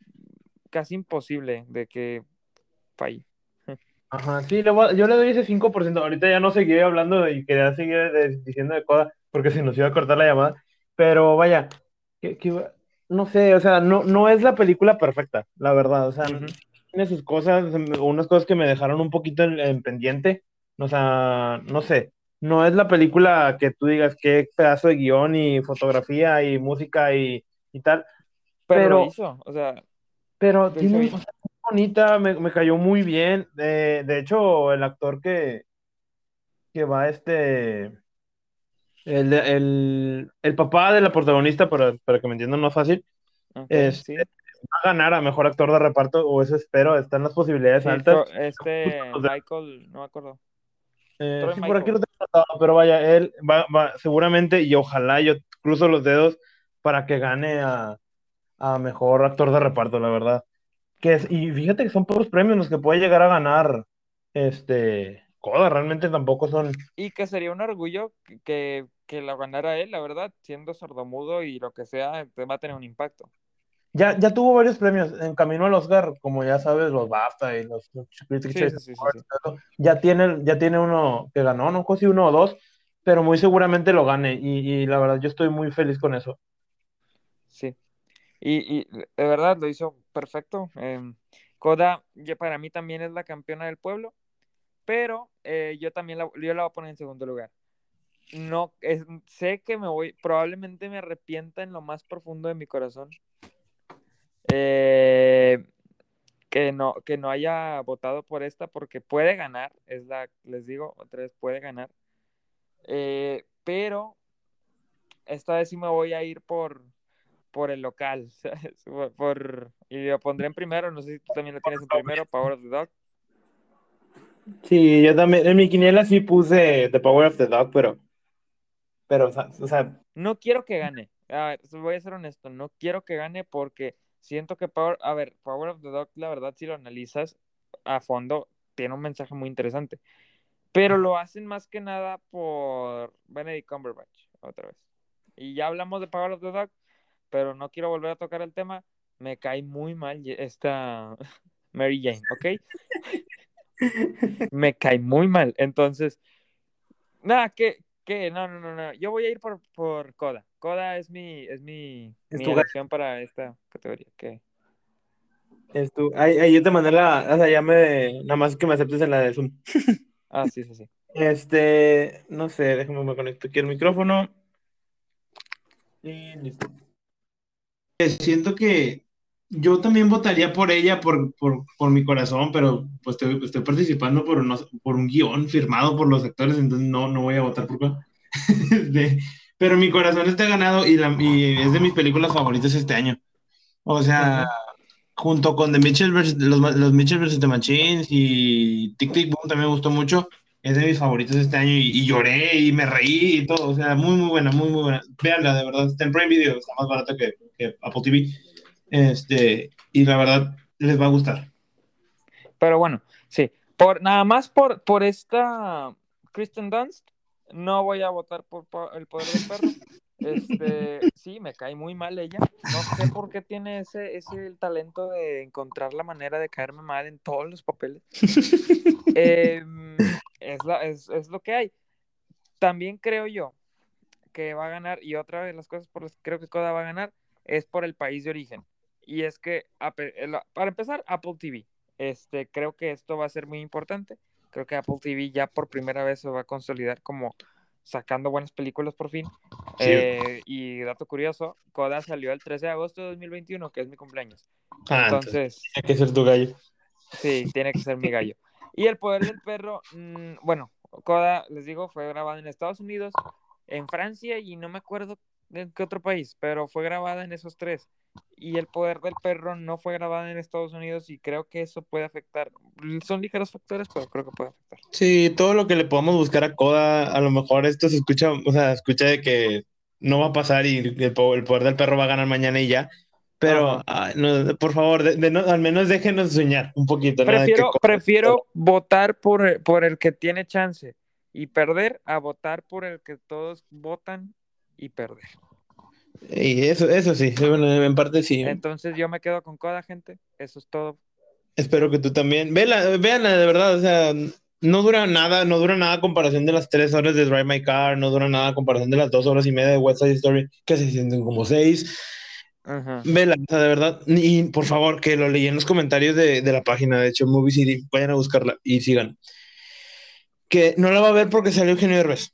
casi imposible de que falle. Ajá, sí, le voy a- yo le doy ese cinco por ciento. Ahorita ya no seguiré hablando y quería seguir de- diciendo de Coda porque si nos iba a cortar la llamada. Pero vaya, que, que iba- no sé, o sea, no, no es la película perfecta, la verdad. O sea, Ujú. tiene sus cosas, unas cosas que me dejaron un poquito en, en pendiente. O sea, no sé, no es la película que tú digas qué pedazo de guión y fotografía y música y, y tal, Pero lo pero hizo, o sea, pero lo hizo tiene, un- bien. o sea, muy bonita, me, me cayó muy bien. De, de hecho, el actor que, que va este, el, el, el papá de la protagonista, para, para que me entiendan más fácil, Ok, este, sí. va a ganar a mejor actor de reparto, o eso espero, están las posibilidades Sí, altas. Tro- este Michael, no me acuerdo. Eh, Troy sí, por aquí Michael. lo tengo anotado, pero vaya, él va, va seguramente y ojalá yo cruzo los dedos para que gane a, a mejor actor de reparto, la verdad. Que es, y fíjate que son pocos premios los que puede llegar a ganar este Coda, realmente tampoco son. Y que sería un orgullo que, que, que lo ganara él, la verdad, siendo sordomudo y lo que sea, te va a tener un impacto. Ya, ya tuvo varios premios en camino al Oscar, como ya sabes, los BAFTA y los, los Critics' Sí, Choice sí, sí, sí, Awards, sí. todo eso. Ya tiene, ya tiene uno que ganó, no sé si uno o dos, pero muy seguramente lo gane. Y, y la verdad, yo estoy muy feliz con eso. Sí. Y, y de verdad lo hizo perfecto. Eh, Koda ya para mí también es la campeona del pueblo, pero eh, yo también la, yo la voy a poner en segundo lugar. No, es, sé que me voy, probablemente me arrepienta en lo más profundo de mi corazón. Eh, que no, que no haya votado por esta porque puede ganar, es la, les digo otra vez, puede ganar. Eh, pero esta vez sí me voy a ir por, por el local, ¿sabes? Por, por- y lo pondré en primero, no sé si tú también lo tienes en primero, Power of the Dog. Sí, yo también, en mi quiniela sí puse The Power of the Dog, pero, pero, o sea, o sea, No quiero que gane, a ver, voy a ser honesto, no quiero que gane porque siento que Power, a ver, Power of the Dog, la verdad, si lo analizas a fondo, tiene un mensaje muy interesante, pero lo hacen más que nada por Benedict Cumberbatch, otra vez. Y ya hablamos de Power of the Dog, pero no quiero volver a tocar el tema. Me cae muy mal esta Mary Jane, ¿ok? Me cae muy mal. Entonces, nada, que, que, no, no, no, no. Yo voy a ir por, por Coda. Coda es mi, es mi, es mi tu gallo, elección para esta categoría. ¿Qué? es tu, ahí, ahí yo te mandé la, o sea, ya me, nada más que me aceptes en la de Zoom. Ah, sí, sí, sí. Este, no sé, déjame me conecto aquí el micrófono. Y listo. Eh, Siento que yo también votaría por ella por, por, por mi corazón, pero pues estoy, estoy participando por, unos- por un guión firmado por los actores, entonces no, no voy a votar por cuál. Este, pero mi corazón está ganado y, la, y es de mis películas favoritas este año. O sea, Ujú. junto con The Mitchell versus, los, los Mitchell versus The Machines y Tic Tic Boom también me gustó mucho. Es de mis favoritos este año y, y lloré y me reí y todo. O sea, muy, muy buena, muy, muy buena. Véanla, de verdad. Está en Prime Video, está más barata que, que Apple T V. Este, y la verdad, les va a gustar. Pero bueno, sí. Por, nada más por, por esta Kristen Dunst, no voy a votar por, por El Poder del Perro. Este, sí, me cae muy mal ella. No sé por qué tiene ese, ese el talento de encontrar la manera de caerme mal en todos los papeles. Eh, es, la, es, es lo que hay. También creo yo que va a ganar, y otra de las cosas por las que creo que Coda va a ganar, es por el país de origen. Y es que, para empezar, Apple T V. Este, creo que esto va a ser muy importante. Creo que Apple T V ya por primera vez se va a consolidar como sacando buenas películas por fin. Sí. Eh, y dato curioso, Coda salió el trece de agosto de dos mil veintiuno, que es mi cumpleaños. Ah, entonces, Entonces, tiene que ser tu gallo. sí, tiene que ser mi gallo. Y El Poder del Perro, mmm, bueno, Coda, les digo, fue grabado en Estados Unidos, en Francia y no me acuerdo en qué otro país, pero fue grabada en esos tres. Y El Poder del Perro no fue grabada en Estados Unidos y creo que eso puede afectar. Son ligeros factores, pero creo que puede afectar. Sí, todo lo que le podamos buscar a Coda, a lo mejor esto se escucha, o sea, escucha de que no va a pasar y el, po- el poder del perro va a ganar mañana y ya. Pero, Ajá. ay, no, por favor, de- de no- al menos déjenos soñar un poquito, ¿no? De que Prefiero, Coda- prefiero votar por, el- por el que tiene chance y perder a votar por el que todos votan y perder. Y eso, eso sí, bueno, en parte sí. Entonces yo me quedo con Coda, gente. Eso es todo. Espero que tú también. Vela, véanla, de verdad, o sea, no dura nada, no dura nada a comparación de las tres horas de Drive My Car, no dura nada a comparación de las dos horas y media de West Side Story, que se sienten como seis. Ajá. Vela, o sea, de verdad, y por favor, que lo leí en los comentarios de, de la página, de hecho, Movie City, vayan a buscarla y sigan. Que no la va a ver porque salió Eugenio Derbez.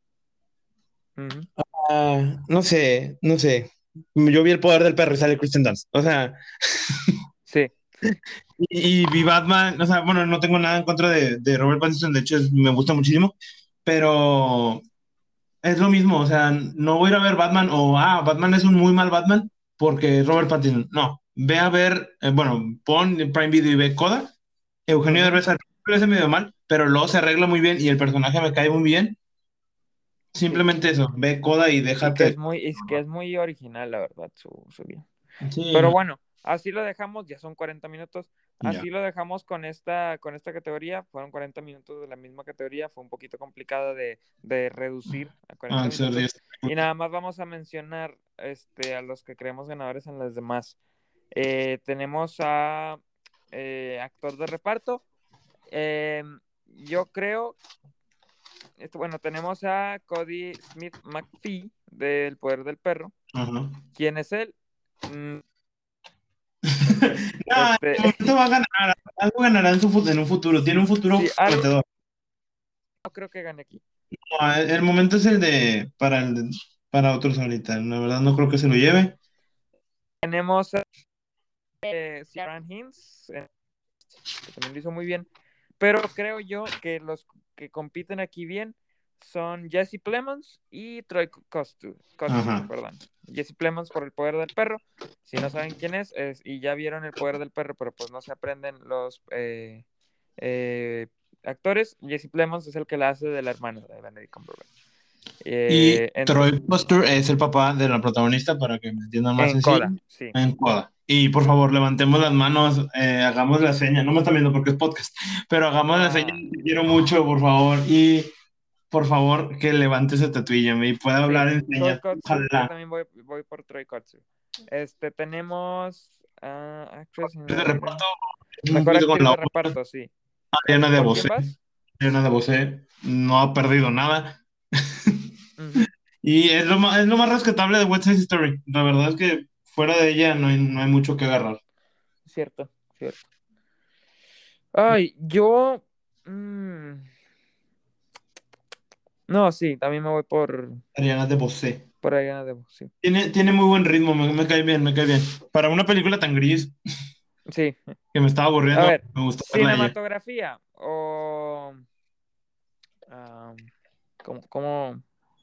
Ujú. Ah, no sé, no sé. Yo vi El Poder del Perro y sale Kristen Dunst. O sea, Sí. y, y vi Batman, o sea, bueno, no tengo nada en contra de, de Robert Pattinson, de hecho es- me gusta muchísimo, pero es lo mismo, o sea, no voy a ir a ver Batman o, ah, Batman es un muy mal Batman porque es Robert Pattinson. No, ve a ver, eh, bueno, pon en Prime Video y ve Coda. Eugenio Ujú. Derbez al principio le hace medio mal, pero luego se arregla muy bien y el personaje me cae muy bien. Sí. Simplemente eso, ve Coda y Y que déjate. es muy, es que es muy original, la verdad, su, su guión. Sí, Pero no, bueno, así lo dejamos, ya son cuarenta minutos. ya. Así lo dejamos con esta, con esta categoría. Fueron cuarenta minutos de la misma categoría. Fue un poquito complicado de, de reducir a Ah, cuarenta sí, minutos. sí. Y nada más vamos a mencionar este, a los que creemos ganadores en las demás. Eh, tenemos a eh, actor de reparto. Eh, yo creo, esto, bueno, tenemos a Cody Smith McPhee del Poder del Perro. Ajá. ¿Quién es él? Mm, no sé. No, Este, en un momento va a ganar, algo ganará en, su, fu- en un futuro, tiene sí, un futuro sí, algo prometedor. no creo que gane aquí. No, el, el momento es el de para el de- para otros ahorita. La verdad no creo que se lo lleve. Tenemos a eh, Ciaran Hinds, eh, que también lo hizo muy bien, pero creo yo que los que compiten aquí bien son Jesse Plemons y Troy Kotsur, Kotsur, Ajá. perdón. Jesse Plemons por El Poder del Perro. Si no saben quién es, es y ya vieron El Poder del Perro, pero pues no se aprenden los eh, eh, actores, Jesse Plemons es el que la hace de la hermana de Benedict Cumberbatch. Y Eh, ent- Troy Buster es el papá de la protagonista para que me entiendan más en sencillo. Coda, sí. En Coda. Y por favor, levantemos las manos, eh, hagamos la seña. No me están viendo porque es podcast, pero hagamos la seña. Ah, Te quiero mucho, por favor. Y por favor, que levante esa tatuilla y pueda sí, hablar en Troy señas. Kotsur, yo Ojalá. también voy, voy por Troy Kotsur. Este, tenemos uh, Actress in De a Leader. reparto, un Mejor poquito con actriz la de otra. reparto, sí. Ariana ¿Con, de ¿Por quién Bosé. vas? Ariana de Bosé no ha perdido nada. Ujú. Y es lo más, es lo más rescatable de West Side Story. La verdad es que fuera de ella no hay, no hay mucho que agarrar. Cierto, cierto. Ay, yo. mm, no, sí, también me voy por, Ariana de Bosé. por Ariana DeBose, sí. Tiene, tiene muy buen ritmo, me, me cae bien, me cae bien. Para una película tan gris Sí. que me estaba A aburriendo, ver, me gustó verla a ella. cinematografía o. ah, ¿cómo, cómo?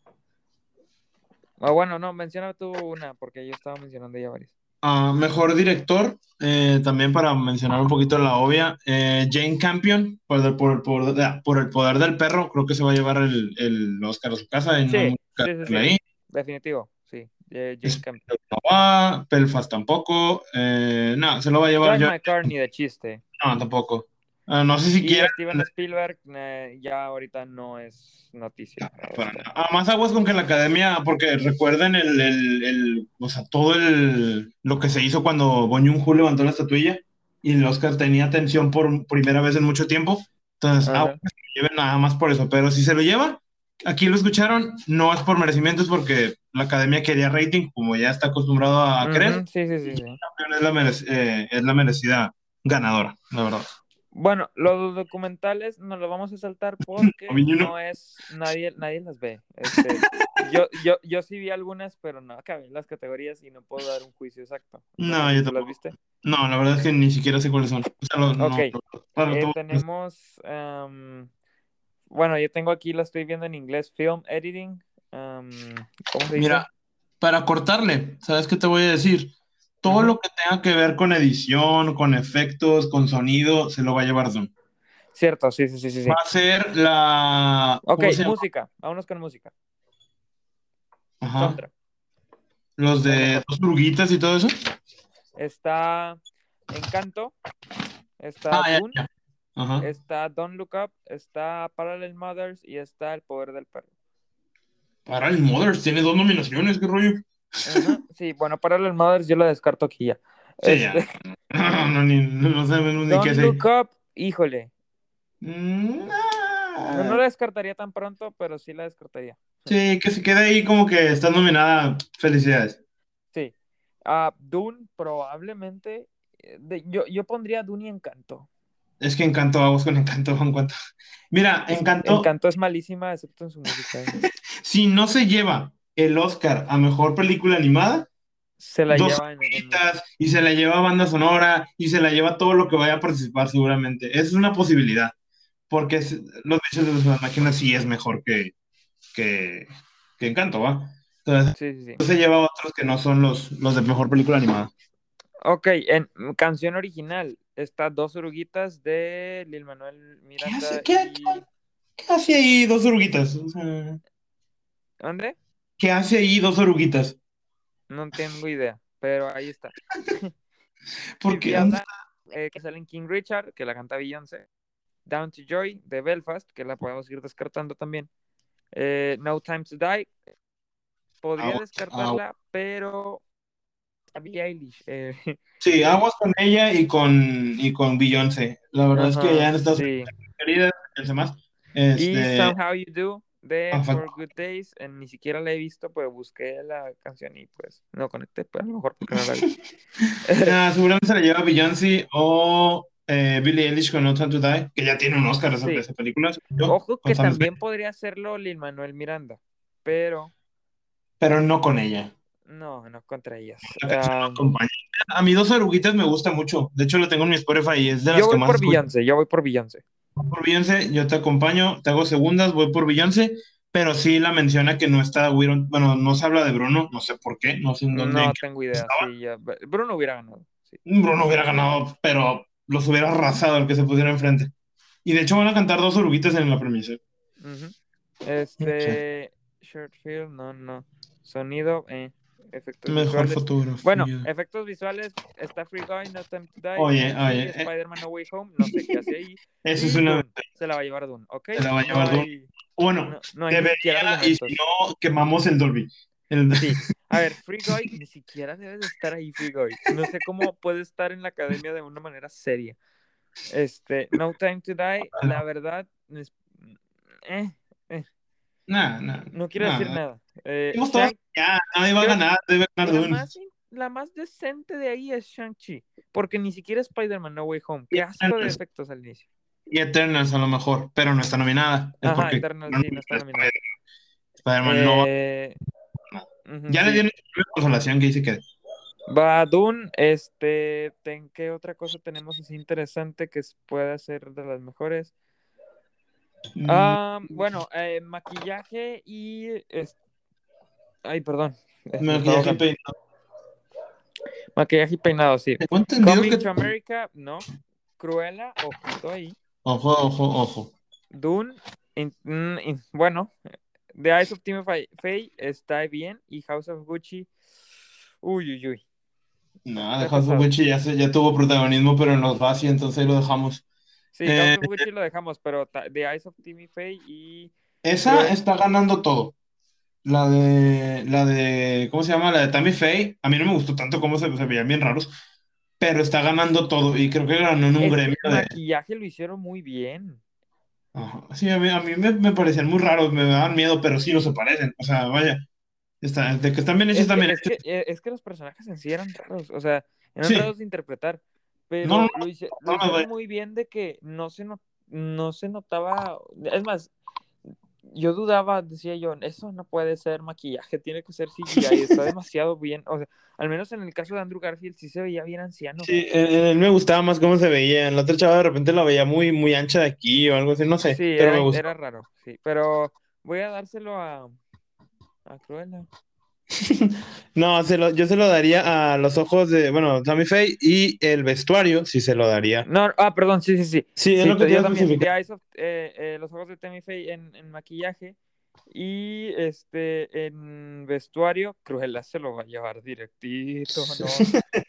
Ah, bueno, no, menciona tú una, porque yo estaba mencionando ya varias. Ah, mejor director, eh, también para mencionar un poquito la obvia, eh, Jane Campion, por el, por, el, por, ah, por el poder del perro, creo que se va a llevar el, el Oscar a su casa y no hay Sí, mucho que sí, sí, hacerle sí. ahí. Definitivo, sí. Eh, Jane Campion. Spielberg no va, Belfast tampoco, eh, no, se lo va a llevar Drive yo, My Car ni de chiste. no, tampoco. Ah, no sé si Y quiera. Steven Spielberg eh, ya ahorita no es noticia. Para Este. nada. Ah, más aguas con que la academia, porque recuerden el, el, el- o sea, todo el, lo que se hizo cuando Bong Joon-ho levantó la estatuilla y el Oscar tenía atención por primera vez en mucho tiempo. Entonces, aguas Ajá. que se lo lleven nada más por eso. Pero si se lo lleva, aquí lo escucharon, no es por merecimiento, es porque la academia quería rating, como ya está acostumbrado a querer, Ujú, sí, sí, sí, y sí. es la, merec- eh, es la merecida ganadora, la verdad. Bueno, los documentales nos los vamos a saltar porque no es, nadie, nadie las ve. Este, yo, yo, yo sí vi algunas, pero no acabé las categorías y no puedo dar un juicio exacto. No sé No, si yo tú las tampoco. viste. No, la verdad es que ni siquiera sé cuáles son. O sea, lo- Ok, no, para eh, todo. tenemos, um, bueno, yo tengo aquí, la estoy viendo en inglés, Film Editing. um, ¿cómo se Mira, dice? para cortarle, ¿sabes qué te voy a decir? Todo Ujú. lo que tenga que ver con edición, con efectos, con sonido, se lo va a llevar Dune. Cierto, sí, sí, sí, sí, Va sí. a ser la, Ok, ¿cómo se llama? música. Vámonos con música. Ajá. Soundtrack. Los La de mejor. dos oruguitas y todo eso. Está Encanto, está Ah, ya, Dune, ya. Ajá. está Don't Look Up, está Parallel Mothers y está El Poder del Perro. Para el Mothers tiene dos nominaciones, qué rollo. Ajá, sí, bueno, Parallel Mothers yo la descarto aquí ya. Sí, Este, ya. No, no, ni, no, no sabemos ni qué Don't hacer. Look Up, híjole. Mm, No, no ah, la descartaría tan pronto, pero sí la descartaría. sí, que se quede ahí como que está nominada. Felicidades. Sí. Ah, Dune, probablemente. eh, de- yo, yo pondría Dune y Encanto. Es que Encanto, vamos con Encanto, en cuanto. Mira, Es, Encanto, Encanto es malísima, excepto en su música. eh. si no se lleva el Oscar a mejor película animada, Se la dos lleva en, en música. horitas y se la lleva banda sonora y se la lleva todo lo que vaya a participar seguramente. Esa es una posibilidad, porque es- los bichos de las máquinas sí es mejor que, que, que Encanto, ¿va? Entonces, Sí, sí, sí. se lleva otros que no son los, los de mejor película animada. Ok, en canción original está Dos Oruguitas de Lil Manuel ¿Qué hace, Miranda qué, y. qué hace ahí dos oruguitas? O sea, ¿Dónde? ¿qué hace ahí dos oruguitas? No tengo idea, pero ahí está. Porque, ¿dónde Tibiada, eh, que sale en King Richard, que la canta Beyoncé. Down to Joy de Belfast, que la podemos ir descartando también. Eh, No Time to Die, podría Aguas, aguas. descartarla, pero a Billie Eilish. eh, Sí, aguas con ella y con, y con Beyoncé. La verdad es que Ajá, ya en Estados sí. Unidos, querida, Beyoncé más. Y Este, Somehow You Do de ah, fa- For Good Days, eh, ni siquiera la he visto, pero busqué la canción y pues no conecté, pero a lo mejor porque no la vi. ah, seguramente se la lleva Beyoncé o eh, Billie Eilish con No Time to Die, que ya tiene un Oscar esa, Sí, esa película, según yo, ojo con que Sam Smith, también podría hacerlo Lin Manuel Miranda, pero pero no con ella. no, no contra ellas. La canción no Ah, acompaña. A mí Dos Oruguitas me gusta mucho. De hecho, lo tengo en mi Spotify y es de las yo que voy más por escucho. Beyoncé, yo voy por Beyoncé. Por Beyoncé, yo te acompaño, te hago segundas, voy por Beyoncé, pero sí la menciona que no está, Wiron- bueno, no se habla de Bruno, no sé por qué, no sé en dónde, en No qué tengo idea, estaba. sí, ya. Bruno hubiera ganado, sí. Bruno hubiera ganado, pero los hubiera arrasado el que se pusiera enfrente. Y de hecho van a cantar dos oruguitas en la premisa. Ujú. Sí. Este, Short Film, no, no. Sonido, eh. Efectos Mejor visuales. Bueno, fotografía. efectos visuales, está Free Guy, No Time to Die, Oye, Shang-Chi, oye, eh, Spider-Man No Way Home, no sé qué hace ahí. eso es Y una. Dune, se la va a llevar Dune, ¿ok? Se la va a No llevar Dune. hay, Bueno, no, no hay ni debería, siquiera y si argumentos. no, quemamos el Dolby. El- Sí. A ver, Free Guy ni siquiera debe de estar ahí, Free Guy. No sé cómo puede estar en la academia de una manera seria. Este, No Time to Die, la verdad, es- eh, eh, Nah, nah, no quiero decir nah. nada. Eh, Dimos todos Shang, ya, nadie va a creo que ganar, debe ganar la Dune. más, la más decente de ahí es Shang-Chi, porque ni siquiera Spider-Man No Way Home. Y Qué asco de Eternals, efectos al inicio. y Eternals a lo mejor, pero no está nominada. Es Ajá, porque Eternal sí, no está nominada. Spider-Man no va a Eh, ganar. ujú, Ya le sí. dieron una consolación que dice que. Va Dune, este, ten- ¿qué otra cosa tenemos así interesante que s- pueda ser de las mejores? mm, Ah, bueno, eh, maquillaje y... es- Ay, perdón, eh, me estaba Maquillaje y ahogando. peinado. Maquillaje y peinado, sí. Tengo entendido Coming que. to America, no. Cruella, ojito ahí. Ojo, ojo, ojo. Dune, in- mm, in- bueno, The Eyes of Timmy Fa- Faye está bien. Y House of Gucci, uy, uy, uy, Nada, de está House of pesado. Gucci ya, se- ya tuvo protagonismo, pero en los Razzie, entonces ahí lo dejamos. Sí, Eh, House of Gucci lo dejamos, pero ta- The Eyes of Timmy Faye y esa Cruella. está ganando todo. La de, la de, ¿cómo se llama? La de Tammy Faye. A mí no me gustó tanto cómo se, se veían bien raros, pero está ganando todo y creo que ganó en un Es gremio que de. maquillaje lo hicieron muy bien. Ajá. Sí, a mí, a mí me, me parecían muy raros, me daban miedo, pero sí no se parecen. O sea, vaya, está, de que están bien hechos, Es están que, bien es hechos. que, eh, es que los personajes en sí eran raros, o sea, eran Sí, raros de interpretar, no, no, no, pero lo, hice- lo no, no, hicieron vaya. muy bien de que no se, no, no se notaba, es más, yo dudaba, decía yo, eso no puede ser maquillaje, tiene que ser C G I, está demasiado bien, o sea, al menos en el caso de Andrew Garfield sí se veía bien anciano. Sí, en, en él me gustaba más cómo se veía. En la otra chava de repente la veía muy, muy ancha de aquí o algo así, no sé, Sí, pero era, me gustó. era raro, sí, pero voy a dárselo a, a Cruella. No, se lo, yo se lo daría a los ojos de, bueno, Tammy Faye y el vestuario, sí se lo daría. No, ah, perdón, sí, sí, sí. Sí, es Sí, lo que t- te iba yo a también. The especificar. Eyes of, eh, eh, los ojos de Tammy Faye en, en maquillaje y este en vestuario, Cruella se lo va a llevar directito, ¿no?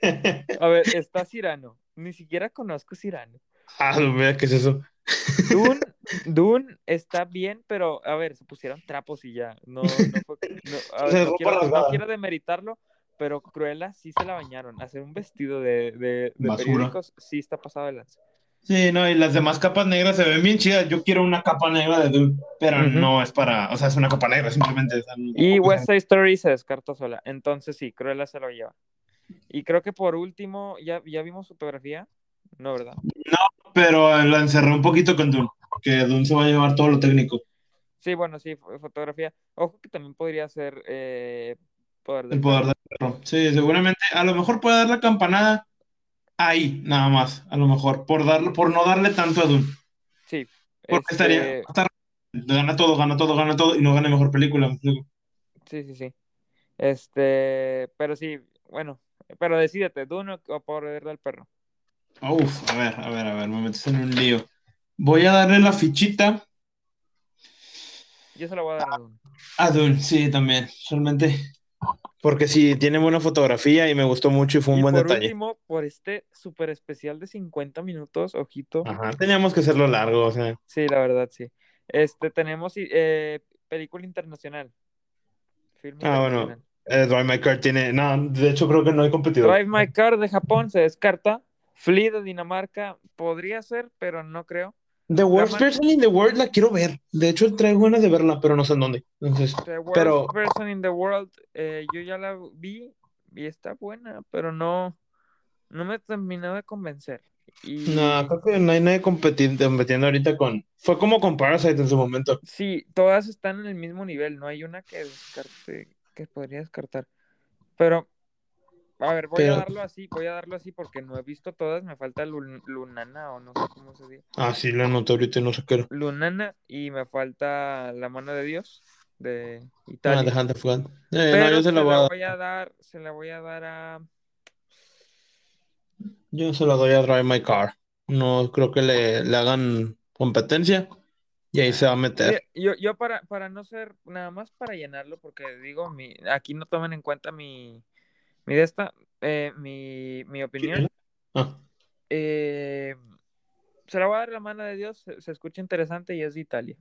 A ver, está Cyrano. Ni siquiera conozco Cyrano. Ah, mira, ¿qué es eso? Dune, Dune está bien, pero a ver, se pusieron trapos y ya. No, no fue. No, a ver, Se no ropa quiero, no rasgada. quiero demeritarlo, pero Cruella sí se la bañaron. Hacer un vestido de, de, de Basura. periódicos sí está pasado de lanza. Sí, no, y las demás capas negras se ven bien chidas. Yo quiero una capa negra de Dune, pero Ujú. no es para, o sea, es una capa negra simplemente. O sea, no- Y tampoco es- West Side Story se descartó sola. Entonces sí, Cruella se lo lleva. Y creo que por último, ¿ya, ya vimos fotografía? No, ¿verdad? No, pero la encerré un poquito con Dune, que Dune se va a llevar todo lo técnico. Sí, bueno, sí, fo- fotografía. Ojo que también podría ser eh, Poder El del poder Perro. del perro. Sí, seguramente, a lo mejor puede dar la campanada ahí, nada más, a lo mejor, por darle, por no darle tanto a Dune. Sí, Porque estaría, este, estar- gana todo, gana todo, gana todo, y no gane mejor película. ¿Me explico? sí, sí, sí. Este, pero sí, bueno, pero decídete, Dune o Poder del Perro. Uf, a ver, a ver, a ver, me metes en un lío. Voy a darle la fichita Yo se la voy a dar a Dune. a Dune, sí, también, solamente. Porque sí, tiene buena fotografía y me gustó mucho y fue un Y buen por detalle. último, por este súper especial de cincuenta minutos, ojito. Ajá, teníamos que hacerlo largo, o sea. Sí, la verdad, sí. Este, tenemos eh, película internacional, film Ah, bueno, internacional. eh, Drive My Car tiene. No, de hecho creo que no hay competidor. Drive My Car de Japón se descarta. Flea de Dinamarca podría ser, pero no creo. The La Worst man- Person in the World la quiero ver. De hecho, traigo ganas de verla, pero no sé en dónde. Entonces, The Worst pero Person in the World, eh, yo ya la vi y está buena, pero no, no me terminó de convencer. no, Y creo que no hay nadie competi- competiendo ahorita con. Fue como con Parasite en su momento. sí, todas están en el mismo nivel, no hay una que descarte, que podría descartar. Pero, a ver, voy a Pero, darlo así, voy a darlo así porque no he visto todas, me falta Lun- Lunana o no sé cómo se dice. ah, sí, la anoté ahorita y no sé qué era. Lunana y me falta La mano de Dios de Ah, Italia. The Hand of God. Eh, no, Pero yo se la se voy la a dar. voy a dar, se la voy a dar a... Yo se la doy a Drive My Car. No creo que le, le hagan competencia y ahí se va a Mira, meter. yo, yo para, para no ser nada más para llenarlo, porque digo, mi, aquí no tomen en cuenta mi, mi de esta, eh, mi, mi opinión. ¿Quién? Ah. eh, Se la voy a dar la mano de Dios, se, se escucha interesante y es de Italia.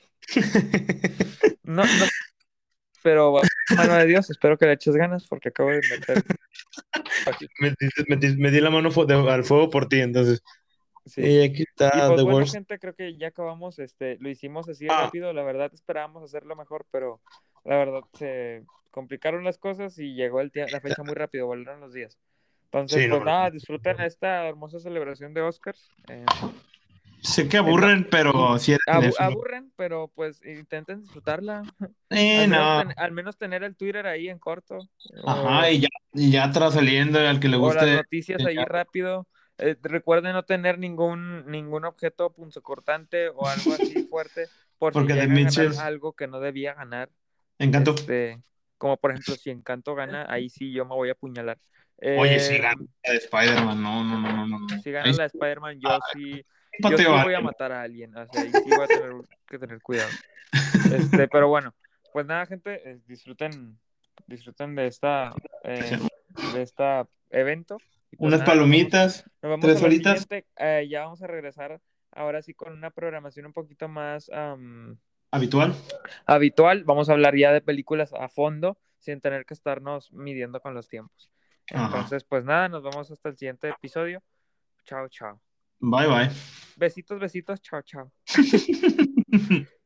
No, no, s- pero bueno, mano de Dios, espero que le eches ganas porque acabo de meter aquí. Metiste- metiste- me di la mano fu- de- al fuego por ti, entonces. Sí. Y aquí Y está pues The bueno, Worst. gente, creo que ya acabamos, este, lo hicimos así de Ah, rápido, la verdad esperábamos hacerlo mejor, pero la verdad se complicaron las cosas y llegó el tie- la fecha muy rápido, volaron los días. Entonces, sí, no. pues nada, disfruten esta hermosa celebración de Oscars. eh, Sé que en no- aburren, in- pero si eres abu- cinéfilo. aburren, pero pues intenten disfrutarla. Eh, Al menos, no. ten- al menos tener el Twitter ahí en corto Ajá, o, y ya, y ya atrás saliendo, al que le o las guste. noticias eh, ahí ya, rápido. Eh, recuerden no tener ningún, ningún objeto punzocortante o algo así fuerte por si porque The llega a ganar Mitchells, algo que no debía ganar. Encanto. Este, como por ejemplo, si Encanto gana, ahí sí yo me voy a apuñalar. Oye, sí, Eh, gana la de Spider-Man. No, no, no, no, no, no. si gana Ahí sí, la de Spider-Man, yo sí, yo pateo sí a voy a alguien. matar a alguien. O sea, ahí sí voy a tener que tener cuidado. Este, pero bueno, pues nada, gente, eh, disfruten, disfruten de esta, eh, de esta evento. Y pues Unas nada, nos vemos, palomitas, nos vemos a tres la horitas. siguiente. Eh, ya vamos a regresar ahora sí con una programación un poquito más am, Habitual. habitual. Vamos a hablar ya de películas a fondo, sin tener que estarnos midiendo con los tiempos. Ajá. Entonces, pues nada, nos vemos hasta el siguiente episodio. Chao, chao. Bye, bye. Besitos, besitos, chao, chao.